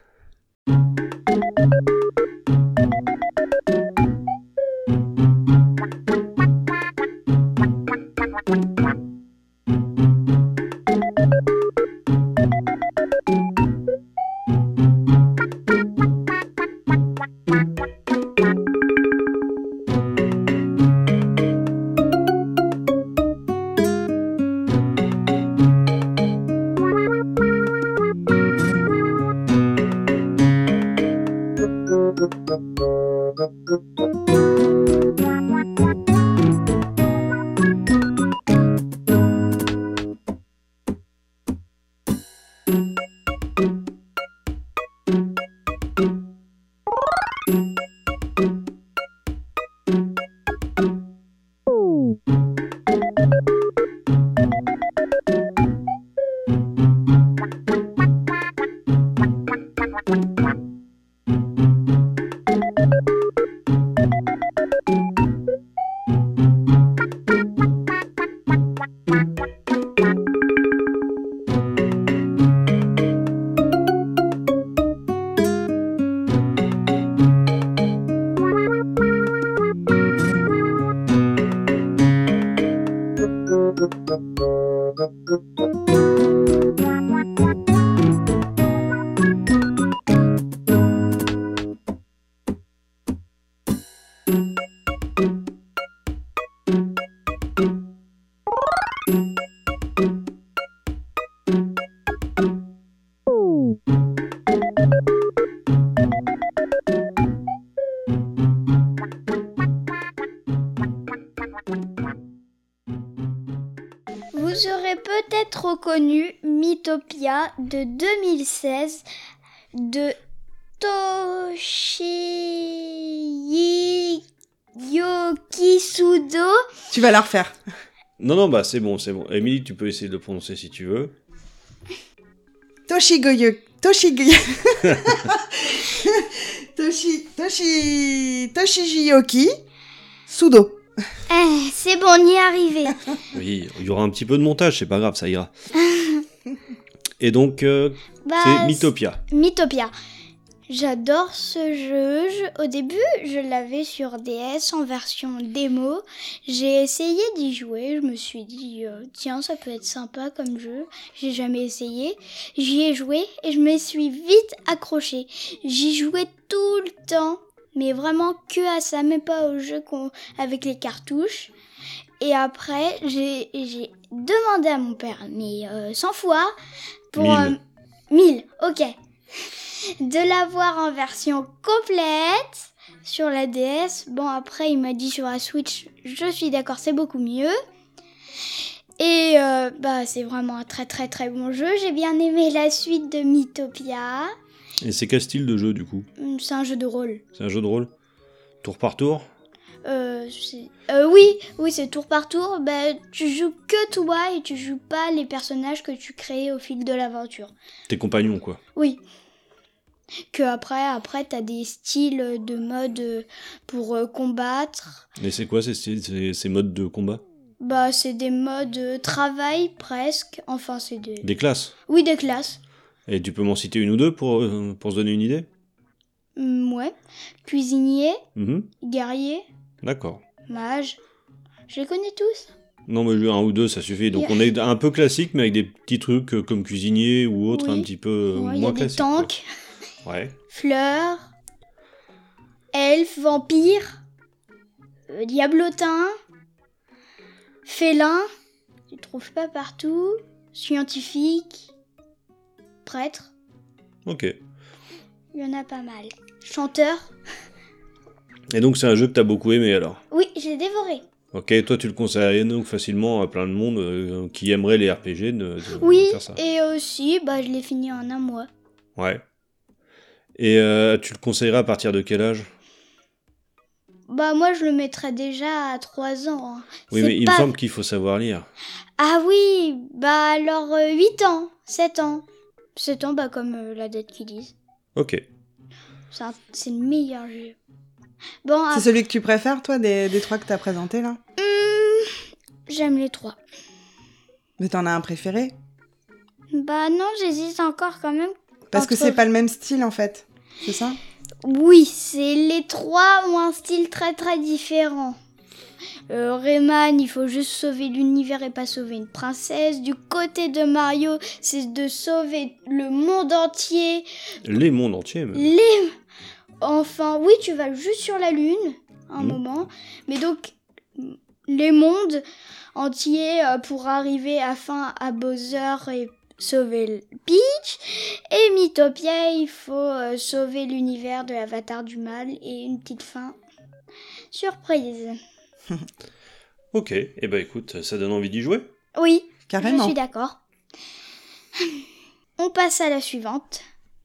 Vous aurez peut-être reconnu Mythopia de 2016 de Toshiyuki Sudo. Tu vas la refaire. Non, bah c'est bon. Émilie, tu peux essayer de le prononcer si tu veux. Toshiyuki Sudo. C'est bon, on y est arrivé. Oui, il y aura un petit peu de montage, c'est pas grave, ça ira. Et donc, c'est Mythopia. Mythopia. J'adore ce jeu. Au début, je l'avais sur DS en version démo. J'ai essayé d'y jouer. Je me suis dit, tiens, ça peut être sympa comme jeu. J'ai jamais essayé. J'y ai joué et je me suis vite accrochée. J'y jouais tout le temps, mais vraiment que à ça, même pas au jeu avec les cartouches. Et après, j'ai demandé à mon père, mais 100 fois, pour 1000, ok, de l'avoir en version complète sur la DS. Bon, après, il m'a dit sur la Switch, je suis d'accord, c'est beaucoup mieux. Et c'est vraiment un très très très bon jeu. J'ai bien aimé la suite de Mythopia. Et c'est quel style de jeu du coup ? C'est un jeu de rôle. C'est un jeu de rôle ? Tour par tour ? Oui, c'est tour par tour. Tu joues que toi et tu joues pas les personnages que tu crées au fil de l'aventure. Tes compagnons, quoi. Oui. Que après t'as des styles de mode pour combattre. Et c'est quoi ces styles, ces modes de combat ? C'est des modes travail presque. Enfin, c'est des classes ? Oui, des classes. Et tu peux m'en citer une ou deux pour se donner une idée ? Ouais. Cuisinier, guerrier, d'accord. mage. Je les connais tous. Non, mais un ou deux, ça suffit. Donc on est un peu classique, mais avec des petits trucs comme cuisinier ou autre, un petit peu moins classique. Il y a des tanks. Ouais. Fleurs. Elfes, vampires. Diablotin. Félin. Tu trouves pas partout. Scientifique. Prêtre. Ok. Il y en a pas mal. Chanteur. Et donc c'est un jeu que t'as beaucoup aimé alors ? Oui, j'ai dévoré. Ok, toi tu le conseillerais donc facilement à plein de monde qui aimerait les RPG de faire ça. Et aussi, je l'ai fini en un mois. Ouais. Et tu le conseillerais à partir de quel âge ? Moi je le mettrais déjà à 3 ans. Hein. Oui, mais il me semble qu'il faut savoir lire. Ah oui, alors 8 ans, 7 ans. 7 ans, comme la date qu'ils disent. Ok. C'est le meilleur jeu. C'est celui que tu préfères, toi, des trois que t'as présentés, là ? J'aime les 3. Mais t'en as un préféré ? Non, j'hésite encore quand même. Parce que entre- c'est pas le même style en fait, c'est ça? Oui, les trois ont un style très très différent. Rayman, il faut juste sauver l'univers et pas sauver une princesse. Du côté de Mario, c'est de sauver le monde entier. Les mondes entiers, même. Enfin, oui, tu vas juste sur la Lune, un moment. Mais donc, les mondes entiers pour arriver à Bowser et sauver Peach. Et Mythopia, il faut sauver l'univers de l'avatar du mal et une petite fin. Surprise. Ok, et bah écoute, ça donne envie d'y jouer. Oui, Carrément. je suis d'accord. On passe à la suivante.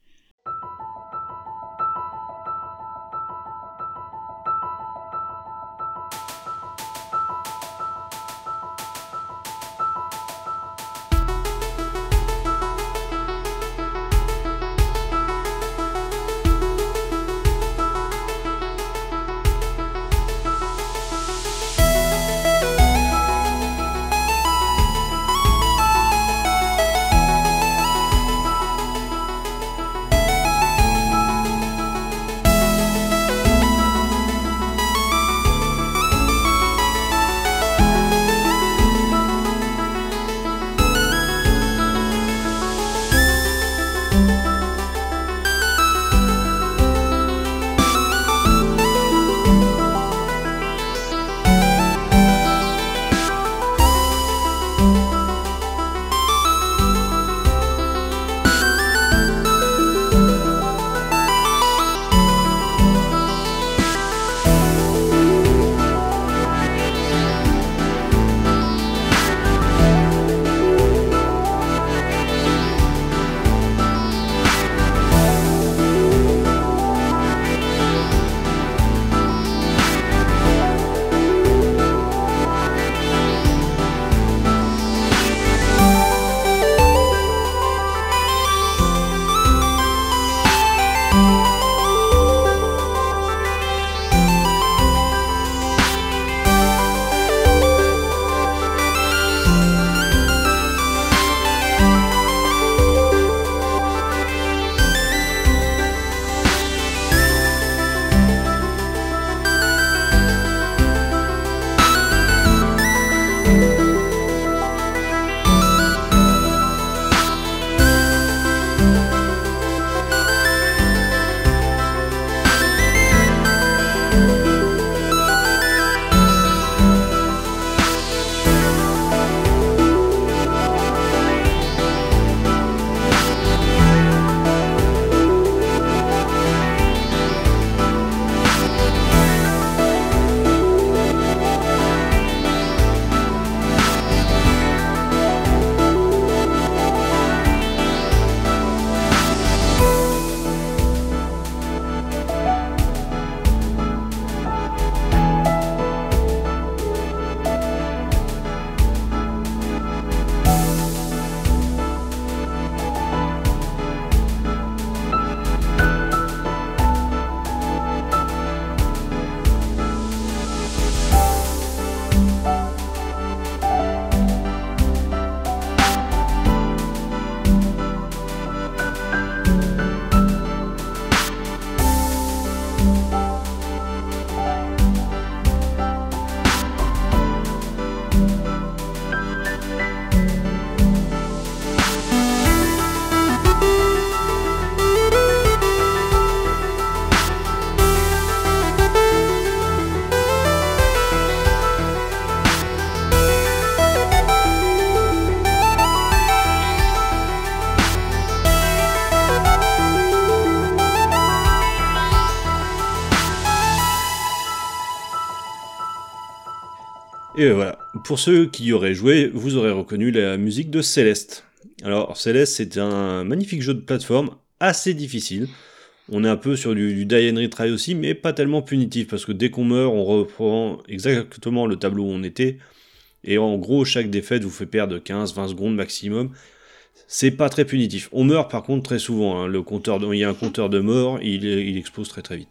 Et voilà, pour ceux qui y auraient joué, vous aurez reconnu la musique de Céleste. Alors Céleste, c'est un magnifique jeu de plateforme, assez difficile. On est un peu sur du die and retry aussi, mais pas tellement punitif, parce que dès qu'on meurt, on reprend exactement le tableau où on était, et en gros, chaque défaite vous fait perdre 15-20 secondes maximum. C'est pas très punitif. On meurt par contre très souvent, hein. Il y a un compteur de mort, il explose très très vite.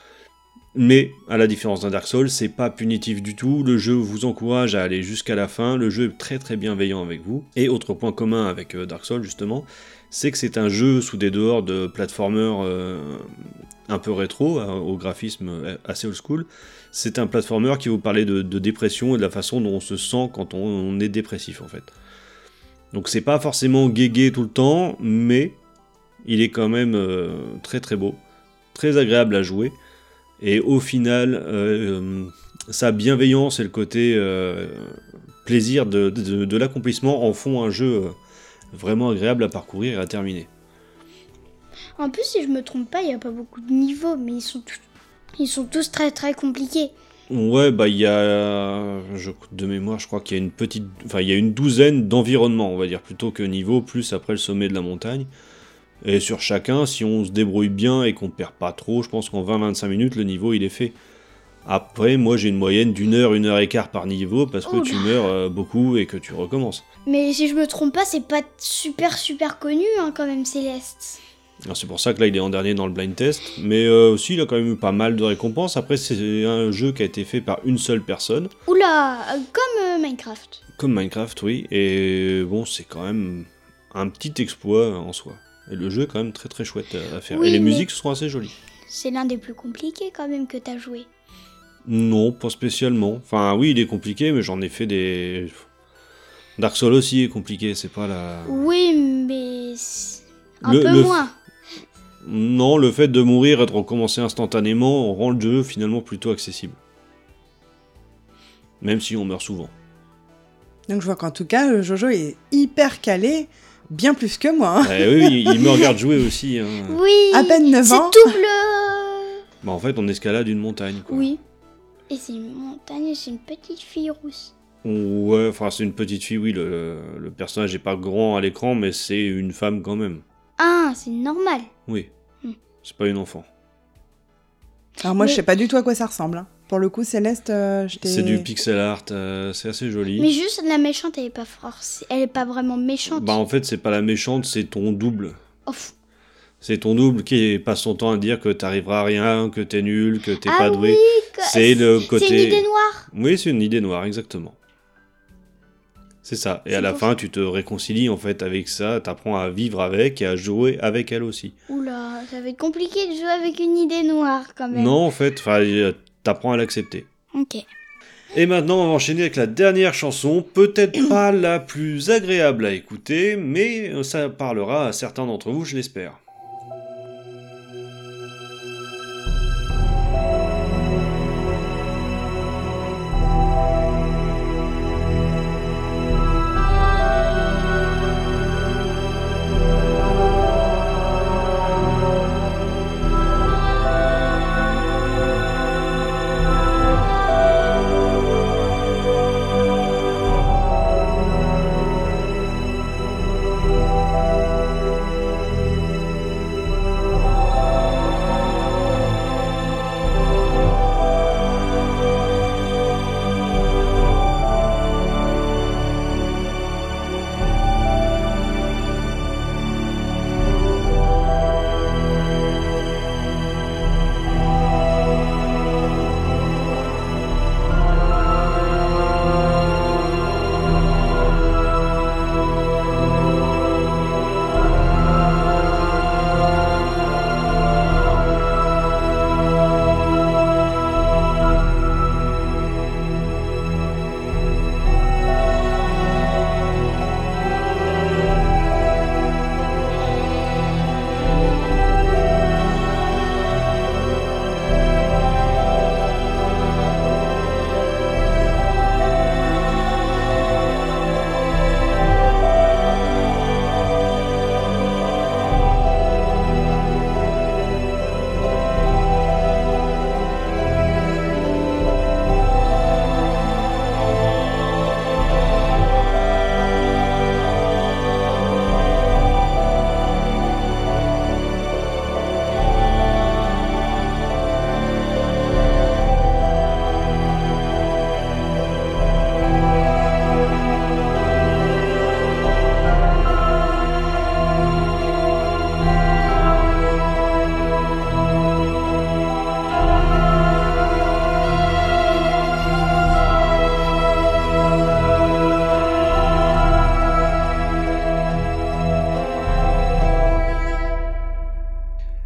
Mais, à la différence d'un Dark Souls, c'est pas punitif du tout, le jeu vous encourage à aller jusqu'à la fin, le jeu est très très bienveillant avec vous. Et autre point commun avec Dark Souls justement, c'est que c'est un jeu sous des dehors de platformer un peu rétro, au graphisme assez old school. C'est un platformer qui vous parlait de dépression et de la façon dont on se sent quand on est dépressif en fait. Donc c'est pas forcément guégué tout le temps, mais il est quand même très très beau, très agréable à jouer. Et au final, sa bienveillance et le côté plaisir de l'accomplissement en font un jeu vraiment agréable à parcourir et à terminer. En plus, si je me trompe pas, il n'y a pas beaucoup de niveaux, mais ils sont tous très très compliqués. Ouais, bah il y a, de mémoire, je crois qu'il y a il y a une douzaine d'environnements, on va dire, plutôt que niveaux, plus après le sommet de la montagne. Et sur chacun, si on se débrouille bien et qu'on perd pas trop, je pense qu'en 20-25 minutes, le niveau il est fait. Après, moi j'ai une moyenne d'1 heure, 1 heure et quart par niveau, parce que tu meurs beaucoup et que tu recommences. Mais si je me trompe pas, c'est pas super super connu hein, quand même, Céleste. Alors c'est pour ça que là il est en dernier dans le blind test, mais aussi il a quand même eu pas mal de récompenses. Après c'est un jeu qui a été fait par une seule personne. Oula, comme Minecraft. Comme Minecraft, oui, et bon c'est quand même un petit exploit en soi. Et le jeu est quand même très très chouette à faire. Oui, et les mais musiques sont assez jolies. C'est l'un des plus compliqués quand même que t'as joué. Non, pas spécialement. Enfin oui il est compliqué, mais j'en ai fait des... Dark Souls aussi est compliqué, c'est pas la... Oui, mais un peu moins. Non, le fait de mourir et de recommencer instantanément rend le jeu finalement plutôt accessible. Même si on meurt souvent. Donc je vois qu'en tout cas, Jojo est hyper calé, bien plus que moi. Hein. Oui, il me regarde jouer aussi. Hein. Oui, À peine 9 ans. C'est tout bleu. Bah en fait, on escalade une montagne, quoi. Oui. Et c'est une montagne et c'est une petite fille rousse. Ouais, enfin c'est une petite fille, oui, le personnage est pas grand à l'écran, mais c'est une femme quand même. Ah, c'est normal. Oui, c'est pas une enfant. Alors moi, Mais- je sais pas du tout à quoi ça ressemble. Hein. Pour le coup, Céleste, C'est du pixel art, c'est assez joli. Mais juste la méchante, elle est pas forcée. Elle est pas vraiment méchante. Bah en fait, c'est pas la méchante, c'est ton double. Oh, C'est ton double qui passe son temps à dire que t'arriveras à rien, que t'es nul, que t'es ah pas doué. oui, C'est le côté... C'est une idée noire. Oui, c'est une idée noire, exactement. C'est ça. Et à C'est la pour fin, tu te réconcilies en fait avec ça, t'apprends à vivre avec et à jouer avec elle aussi. Oula, ça va être compliqué de jouer avec une idée noire quand même. Non, en fait, t'apprends à l'accepter. Ok. Et maintenant, on va enchaîner avec la dernière chanson, peut-être pas la plus agréable à écouter, mais ça parlera à certains d'entre vous, je l'espère.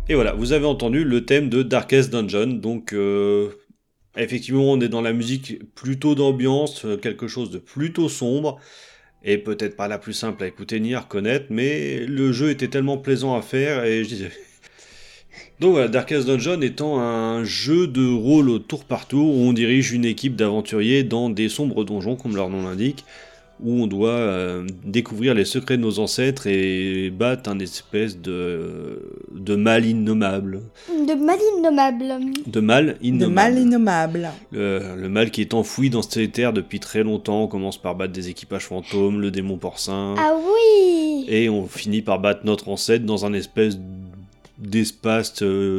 Et voilà, vous avez entendu le thème de Darkest Dungeon, donc effectivement on est dans la musique plutôt d'ambiance, quelque chose de plutôt sombre, et peut-être pas la plus simple à écouter ni à reconnaître, mais le jeu était tellement plaisant à faire, et je disais... Donc voilà, Darkest Dungeon étant un jeu de rôle au tour par tour, où on dirige une équipe d'aventuriers dans des sombres donjons, comme leur nom l'indique, où on doit découvrir les secrets de nos ancêtres et battre un espèce de mal innommable. De mal innommable. De mal De innommable. mal innommable. Le mal qui est enfoui dans ces terres depuis très longtemps. On commence par battre des équipages fantômes, le démon porcin, Ah oui. et on finit par battre notre ancêtre dans un espèce d'espace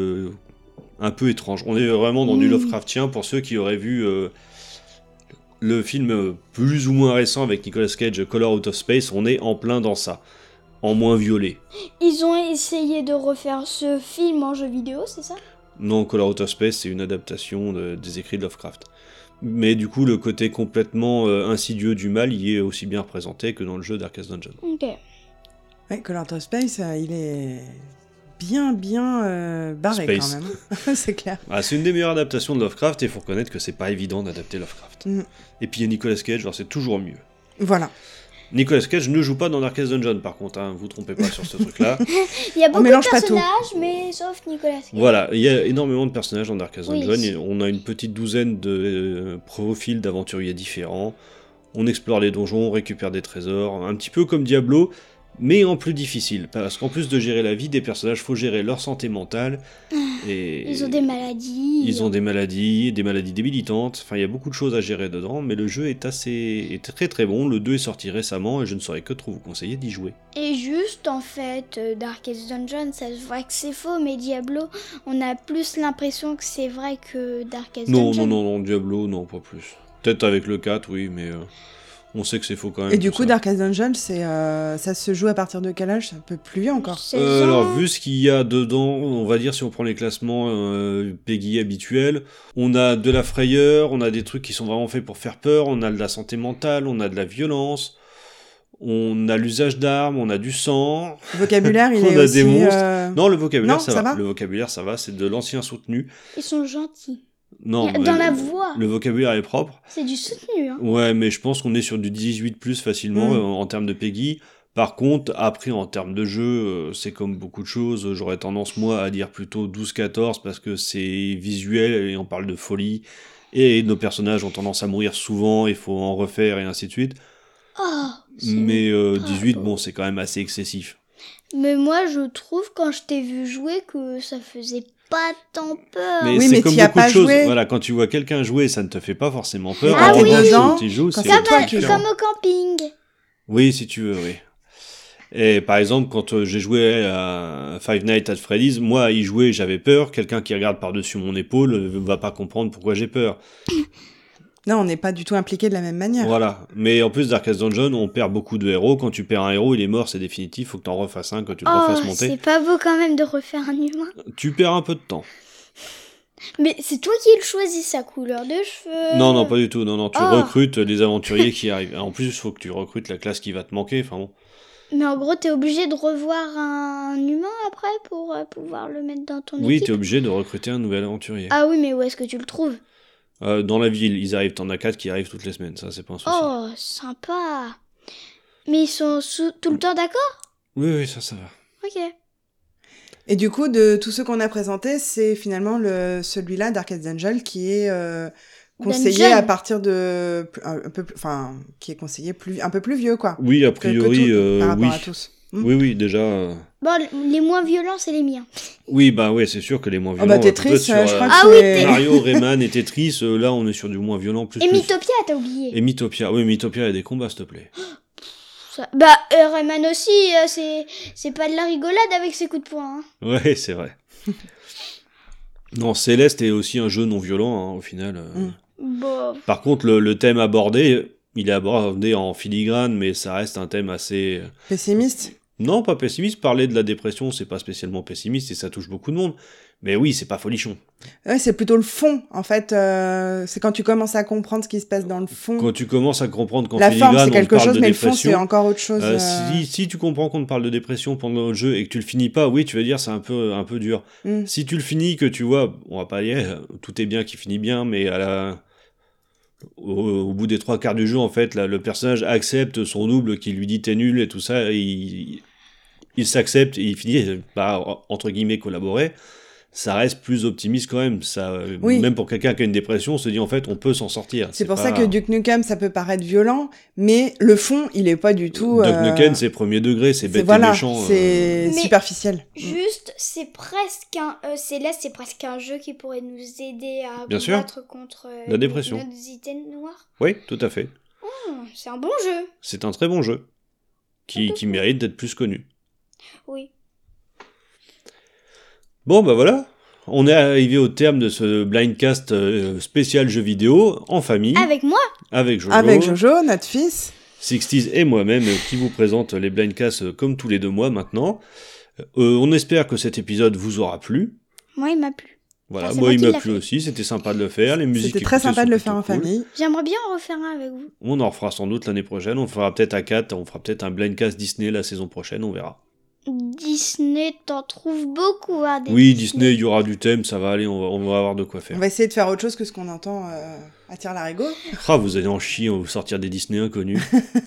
un peu étrange. On est vraiment dans du Lovecraftien pour ceux qui auraient vu le film plus ou moins récent avec Nicolas Cage, Color Out of Space. On est en plein dans ça, en moins violet. Ils ont essayé de refaire ce film en jeu vidéo, c'est ça? Non, Color Out of Space, c'est une adaptation des écrits de Lovecraft. Mais du coup, le côté complètement insidieux du mal y est aussi bien représenté que dans le jeu Darkest Dungeon. Ok. Ouais, Color Out of Space, il est bien barré Space. quand même. C'est clair. Ah, c'est une des meilleures adaptations de Lovecraft, et il faut reconnaître que c'est pas évident d'adapter Lovecraft. Mm. Et puis il y a Nicolas Cage, alors c'est toujours mieux. Voilà. Nicolas Cage ne joue pas dans Darkest Dungeon par contre, hein, vous trompez pas sur ce truc-là. Il y a beaucoup de mélange pas tout. personnages, mais sauf Nicolas Cage. Voilà, il y a énormément de personnages dans Darkest Oui. Dungeon, et on a une petite douzaine de profils d'aventuriers différents. On explore les donjons, on récupère des trésors, un petit peu comme Diablo, mais en plus difficile, parce qu'en plus de gérer la vie des personnages, faut gérer leur santé mentale, et Ils ont des maladies. ils ont des maladies débilitantes, enfin il y a beaucoup de choses à gérer dedans, mais le jeu est très très bon, le 2 est sorti récemment, et je ne saurais que trop vous conseiller d'y jouer. Et juste, en fait, Darkest Dungeon, ça se voit que c'est faux, mais Diablo, on a plus l'impression que c'est vrai que Darkest Dungeon. Non, Diablo, non, pas plus. Peut-être avec le 4, oui, mais on sait que c'est faux quand même. Et du tout coup, ça. Darkest Dungeon, ça se joue à partir de quel âge? C'est un peu plus vieux encore. 16 ans. Alors, vu ce qu'il y a dedans, on va dire, si on prend les classements PEGI habituels, on a de la frayeur, on a des trucs qui sont vraiment faits pour faire peur, on a de la santé mentale, on a de la violence, on a l'usage d'armes, on a du sang. Le vocabulaire, il On est a aussi... des monstres. Non, le vocabulaire, Non, ça ça va. va Le vocabulaire, ça va, c'est de l'ancien soutenu. Ils sont gentils. Non, Dans mais la voix. le vocabulaire est propre. C'est du soutenu, hein. Ouais, mais je pense qu'on est sur du 18+ facilement en termes de PEGI. Par contre, après, en termes de jeu, c'est comme beaucoup de choses. J'aurais tendance, moi, à dire plutôt 12-14 parce que c'est visuel et on parle de folie. Et nos personnages ont tendance à mourir souvent, il faut en refaire et ainsi de suite. Oh, c'est- Mais 18, beau. bon, c'est quand même assez excessif. Mais moi, je trouve, quand je t'ai vu jouer, que ça faisait pas tant peur. Mais Oui, c'est mais comme t'y as beaucoup de pas choses. joué. Voilà, quand tu vois quelqu'un jouer, ça ne te fait pas forcément peur. Ah En oui. revanche, Dedans, quand tu joues, quand c'est c'est toi qui différent. Comme au camping. Oui, si tu veux, oui. Et par exemple, quand j'ai joué à Five Nights at Freddy's, moi, à y jouer, j'avais peur. Quelqu'un qui regarde par-dessus mon épaule va pas comprendre pourquoi j'ai peur. Non, on n'est pas du tout impliqué de la même manière. Voilà. Mais en plus, Darkest Dungeon, on perd beaucoup de héros. Quand tu perds un héros, il est mort, c'est définitif. Faut que t'en refasses un, que tu le Oh, refasses monter. c'est pas beau quand même de refaire un humain. Tu perds un peu de temps. Mais c'est toi qui choisis sa couleur de cheveux. Non, pas du tout. Non, tu Oh. recrutes les aventuriers qui arrivent. En plus, il faut que tu recrutes la classe qui va te manquer. Enfin bon. Mais en gros, t'es obligé de revoir un humain après pour pouvoir le mettre dans ton Oui, équipe. t'es obligé de recruter un nouvel aventurier. Ah oui, mais où est-ce que tu le trouves? Dans la ville, ils arrivent. T'en as 4 qui arrivent toutes les semaines. Ça, c'est pas un souci. Oh, sympa. Mais ils sont tout le temps d'accord? Oui, ça va. Ok. Et du coup, de tous ceux qu'on a présentés, c'est finalement celui-là, Darkest Dungeon, qui est conseillé Dungeon. à partir de... Enfin, qui est conseillé un peu plus vieux, quoi. Oui, a Que priori, par rapport oui. à tous. Oui, déjà. Bon, les moins violents, c'est les miens. Oui, bah ouais, c'est sûr que les moins Ah violents. bah Tetris, peut-être sur, je crois Ah que oui, c'est... Mario, Rayman et Tetris, là on est sur du moins violent plus. Et plus. Mythopia, t'as oublié. Et Mythopia. Oui, Mythopia, il y a des combats, s'il te plaît. Bah, Rayman aussi, c'est pas de la rigolade avec ses coups de poing. Hein. Ouais, c'est vrai. Non, Céleste est aussi un jeu non violent, hein, au final. Bon. Par contre, le thème abordé, il est abordé en filigrane, mais ça reste un thème assez. Pessimiste. Non, pas pessimiste. Parler de la dépression, c'est pas spécialement pessimiste et ça touche beaucoup de monde. Mais oui, c'est pas folichon. Ouais, c'est plutôt le fond, en fait. C'est quand tu commences à comprendre ce qui se passe dans le fond. Quand tu commences à comprendre qu'en La forme, filigrane, c'est on quelque parle chose, de mais le fond, dépression, c'est encore autre chose. si tu comprends qu'on te parle de dépression pendant le jeu et que tu le finis pas, oui, tu vas dire c'est un peu dur. Mm. Si tu le finis, que tu vois, on va pas dire tout est bien qui finit bien, mais au bout des 3/4 du jeu, en fait, là, le personnage accepte son double qui lui dit t'es nul et tout ça, et il s'accepte et il finit par, entre guillemets, collaborer. Ça reste plus optimiste quand même. Ça, Oui. Même pour quelqu'un qui a une dépression, on se dit en fait on peut s'en sortir. C'est pour ça que Duke Nukem, ça peut paraître violent, mais le fond, il est pas du tout... Duke Nukem, c'est premier degré, c'est bête et méchant. C'est Mais superficiel. Juste, c'est presque c'est presque un jeu qui pourrait nous aider à Bien sûr. battre contre La dépression. notre idée noire. Oui, tout à fait. C'est un bon jeu. C'est un très bon jeu qui mérite d'être plus connu. Oui. Bon, bah voilà. On est arrivé au terme de ce blindcast spécial jeu vidéo en famille. Avec moi. Avec Jojo. Avec Jojo, notre fils. 60s et moi-même qui vous présente les blindcasts comme tous les 2 mois maintenant. On espère que cet épisode vous aura plu. Moi, il m'a plu. Voilà, Ah, c'est moi moi il qui m'a l'a plu fait. aussi, c'était sympa de le faire. Les musiques C'était très écoutées sympa sont de le faire en plutôt cool. famille. J'aimerais bien en refaire un avec vous. On en refera sans doute l'année prochaine. On fera peut-être à 4, on fera peut-être un blindcast Disney la saison prochaine, on verra. Disney, t'en trouves beaucoup, hein, des Oui, Disney, il y aura du thème, ça va aller, on va avoir de quoi faire. On va essayer de faire autre chose que ce qu'on entend à Tire-Larigot. Ah, vous allez en chier, on va vous sortir des Disney inconnus.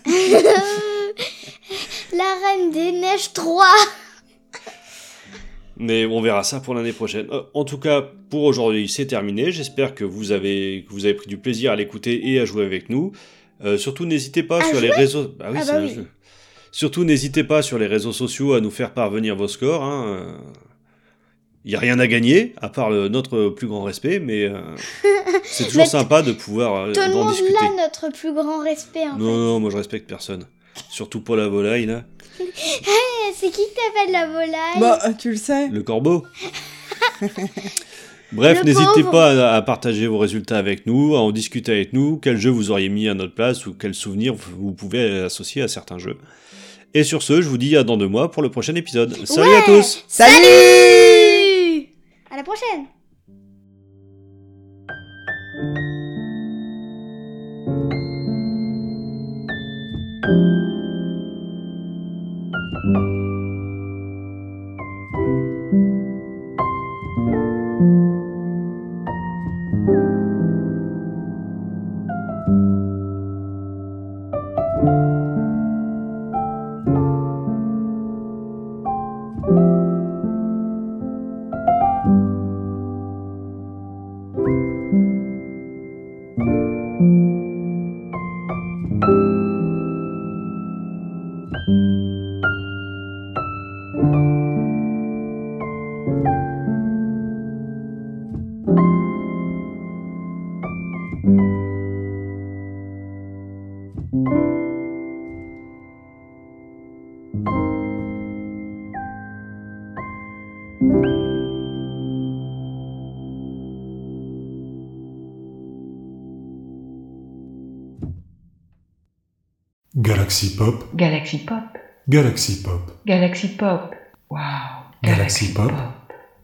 La Reine des Neiges 3. Mais on verra ça pour l'année prochaine. En tout cas, pour aujourd'hui, c'est terminé. J'espère que vous avez pris du plaisir à l'écouter et à jouer avec nous. Surtout, n'hésitez pas sur les réseaux... Ah oui, Ah c'est bah un oui. jeu. Surtout, n'hésitez pas sur les réseaux sociaux à nous faire parvenir vos scores. Hein. Il n'y a rien à gagner, à part notre plus grand respect, mais c'est toujours Mais sympa de pouvoir Tout le d'en monde discuter. là, notre plus grand respect, en Non, non, moi je respecte personne. Surtout pas la volaille, là. fait. C'est qui que t'appelles la volaille? Bah, tu le sais. Le corbeau. Bref, Le n'hésitez pauvre. pas à partager vos résultats avec nous, à en discuter avec nous, quel jeu vous auriez mis à notre place ou quels souvenirs vous pouvez associer à certains jeux. Et sur ce, je vous dis à dans 2 mois pour le prochain épisode. Salut à tous! Salut À la prochaine. Galaxy Pop, Galaxy Pop, Galaxy Pop, Galaxy Pop. Wow, Galaxy Pop. Pop.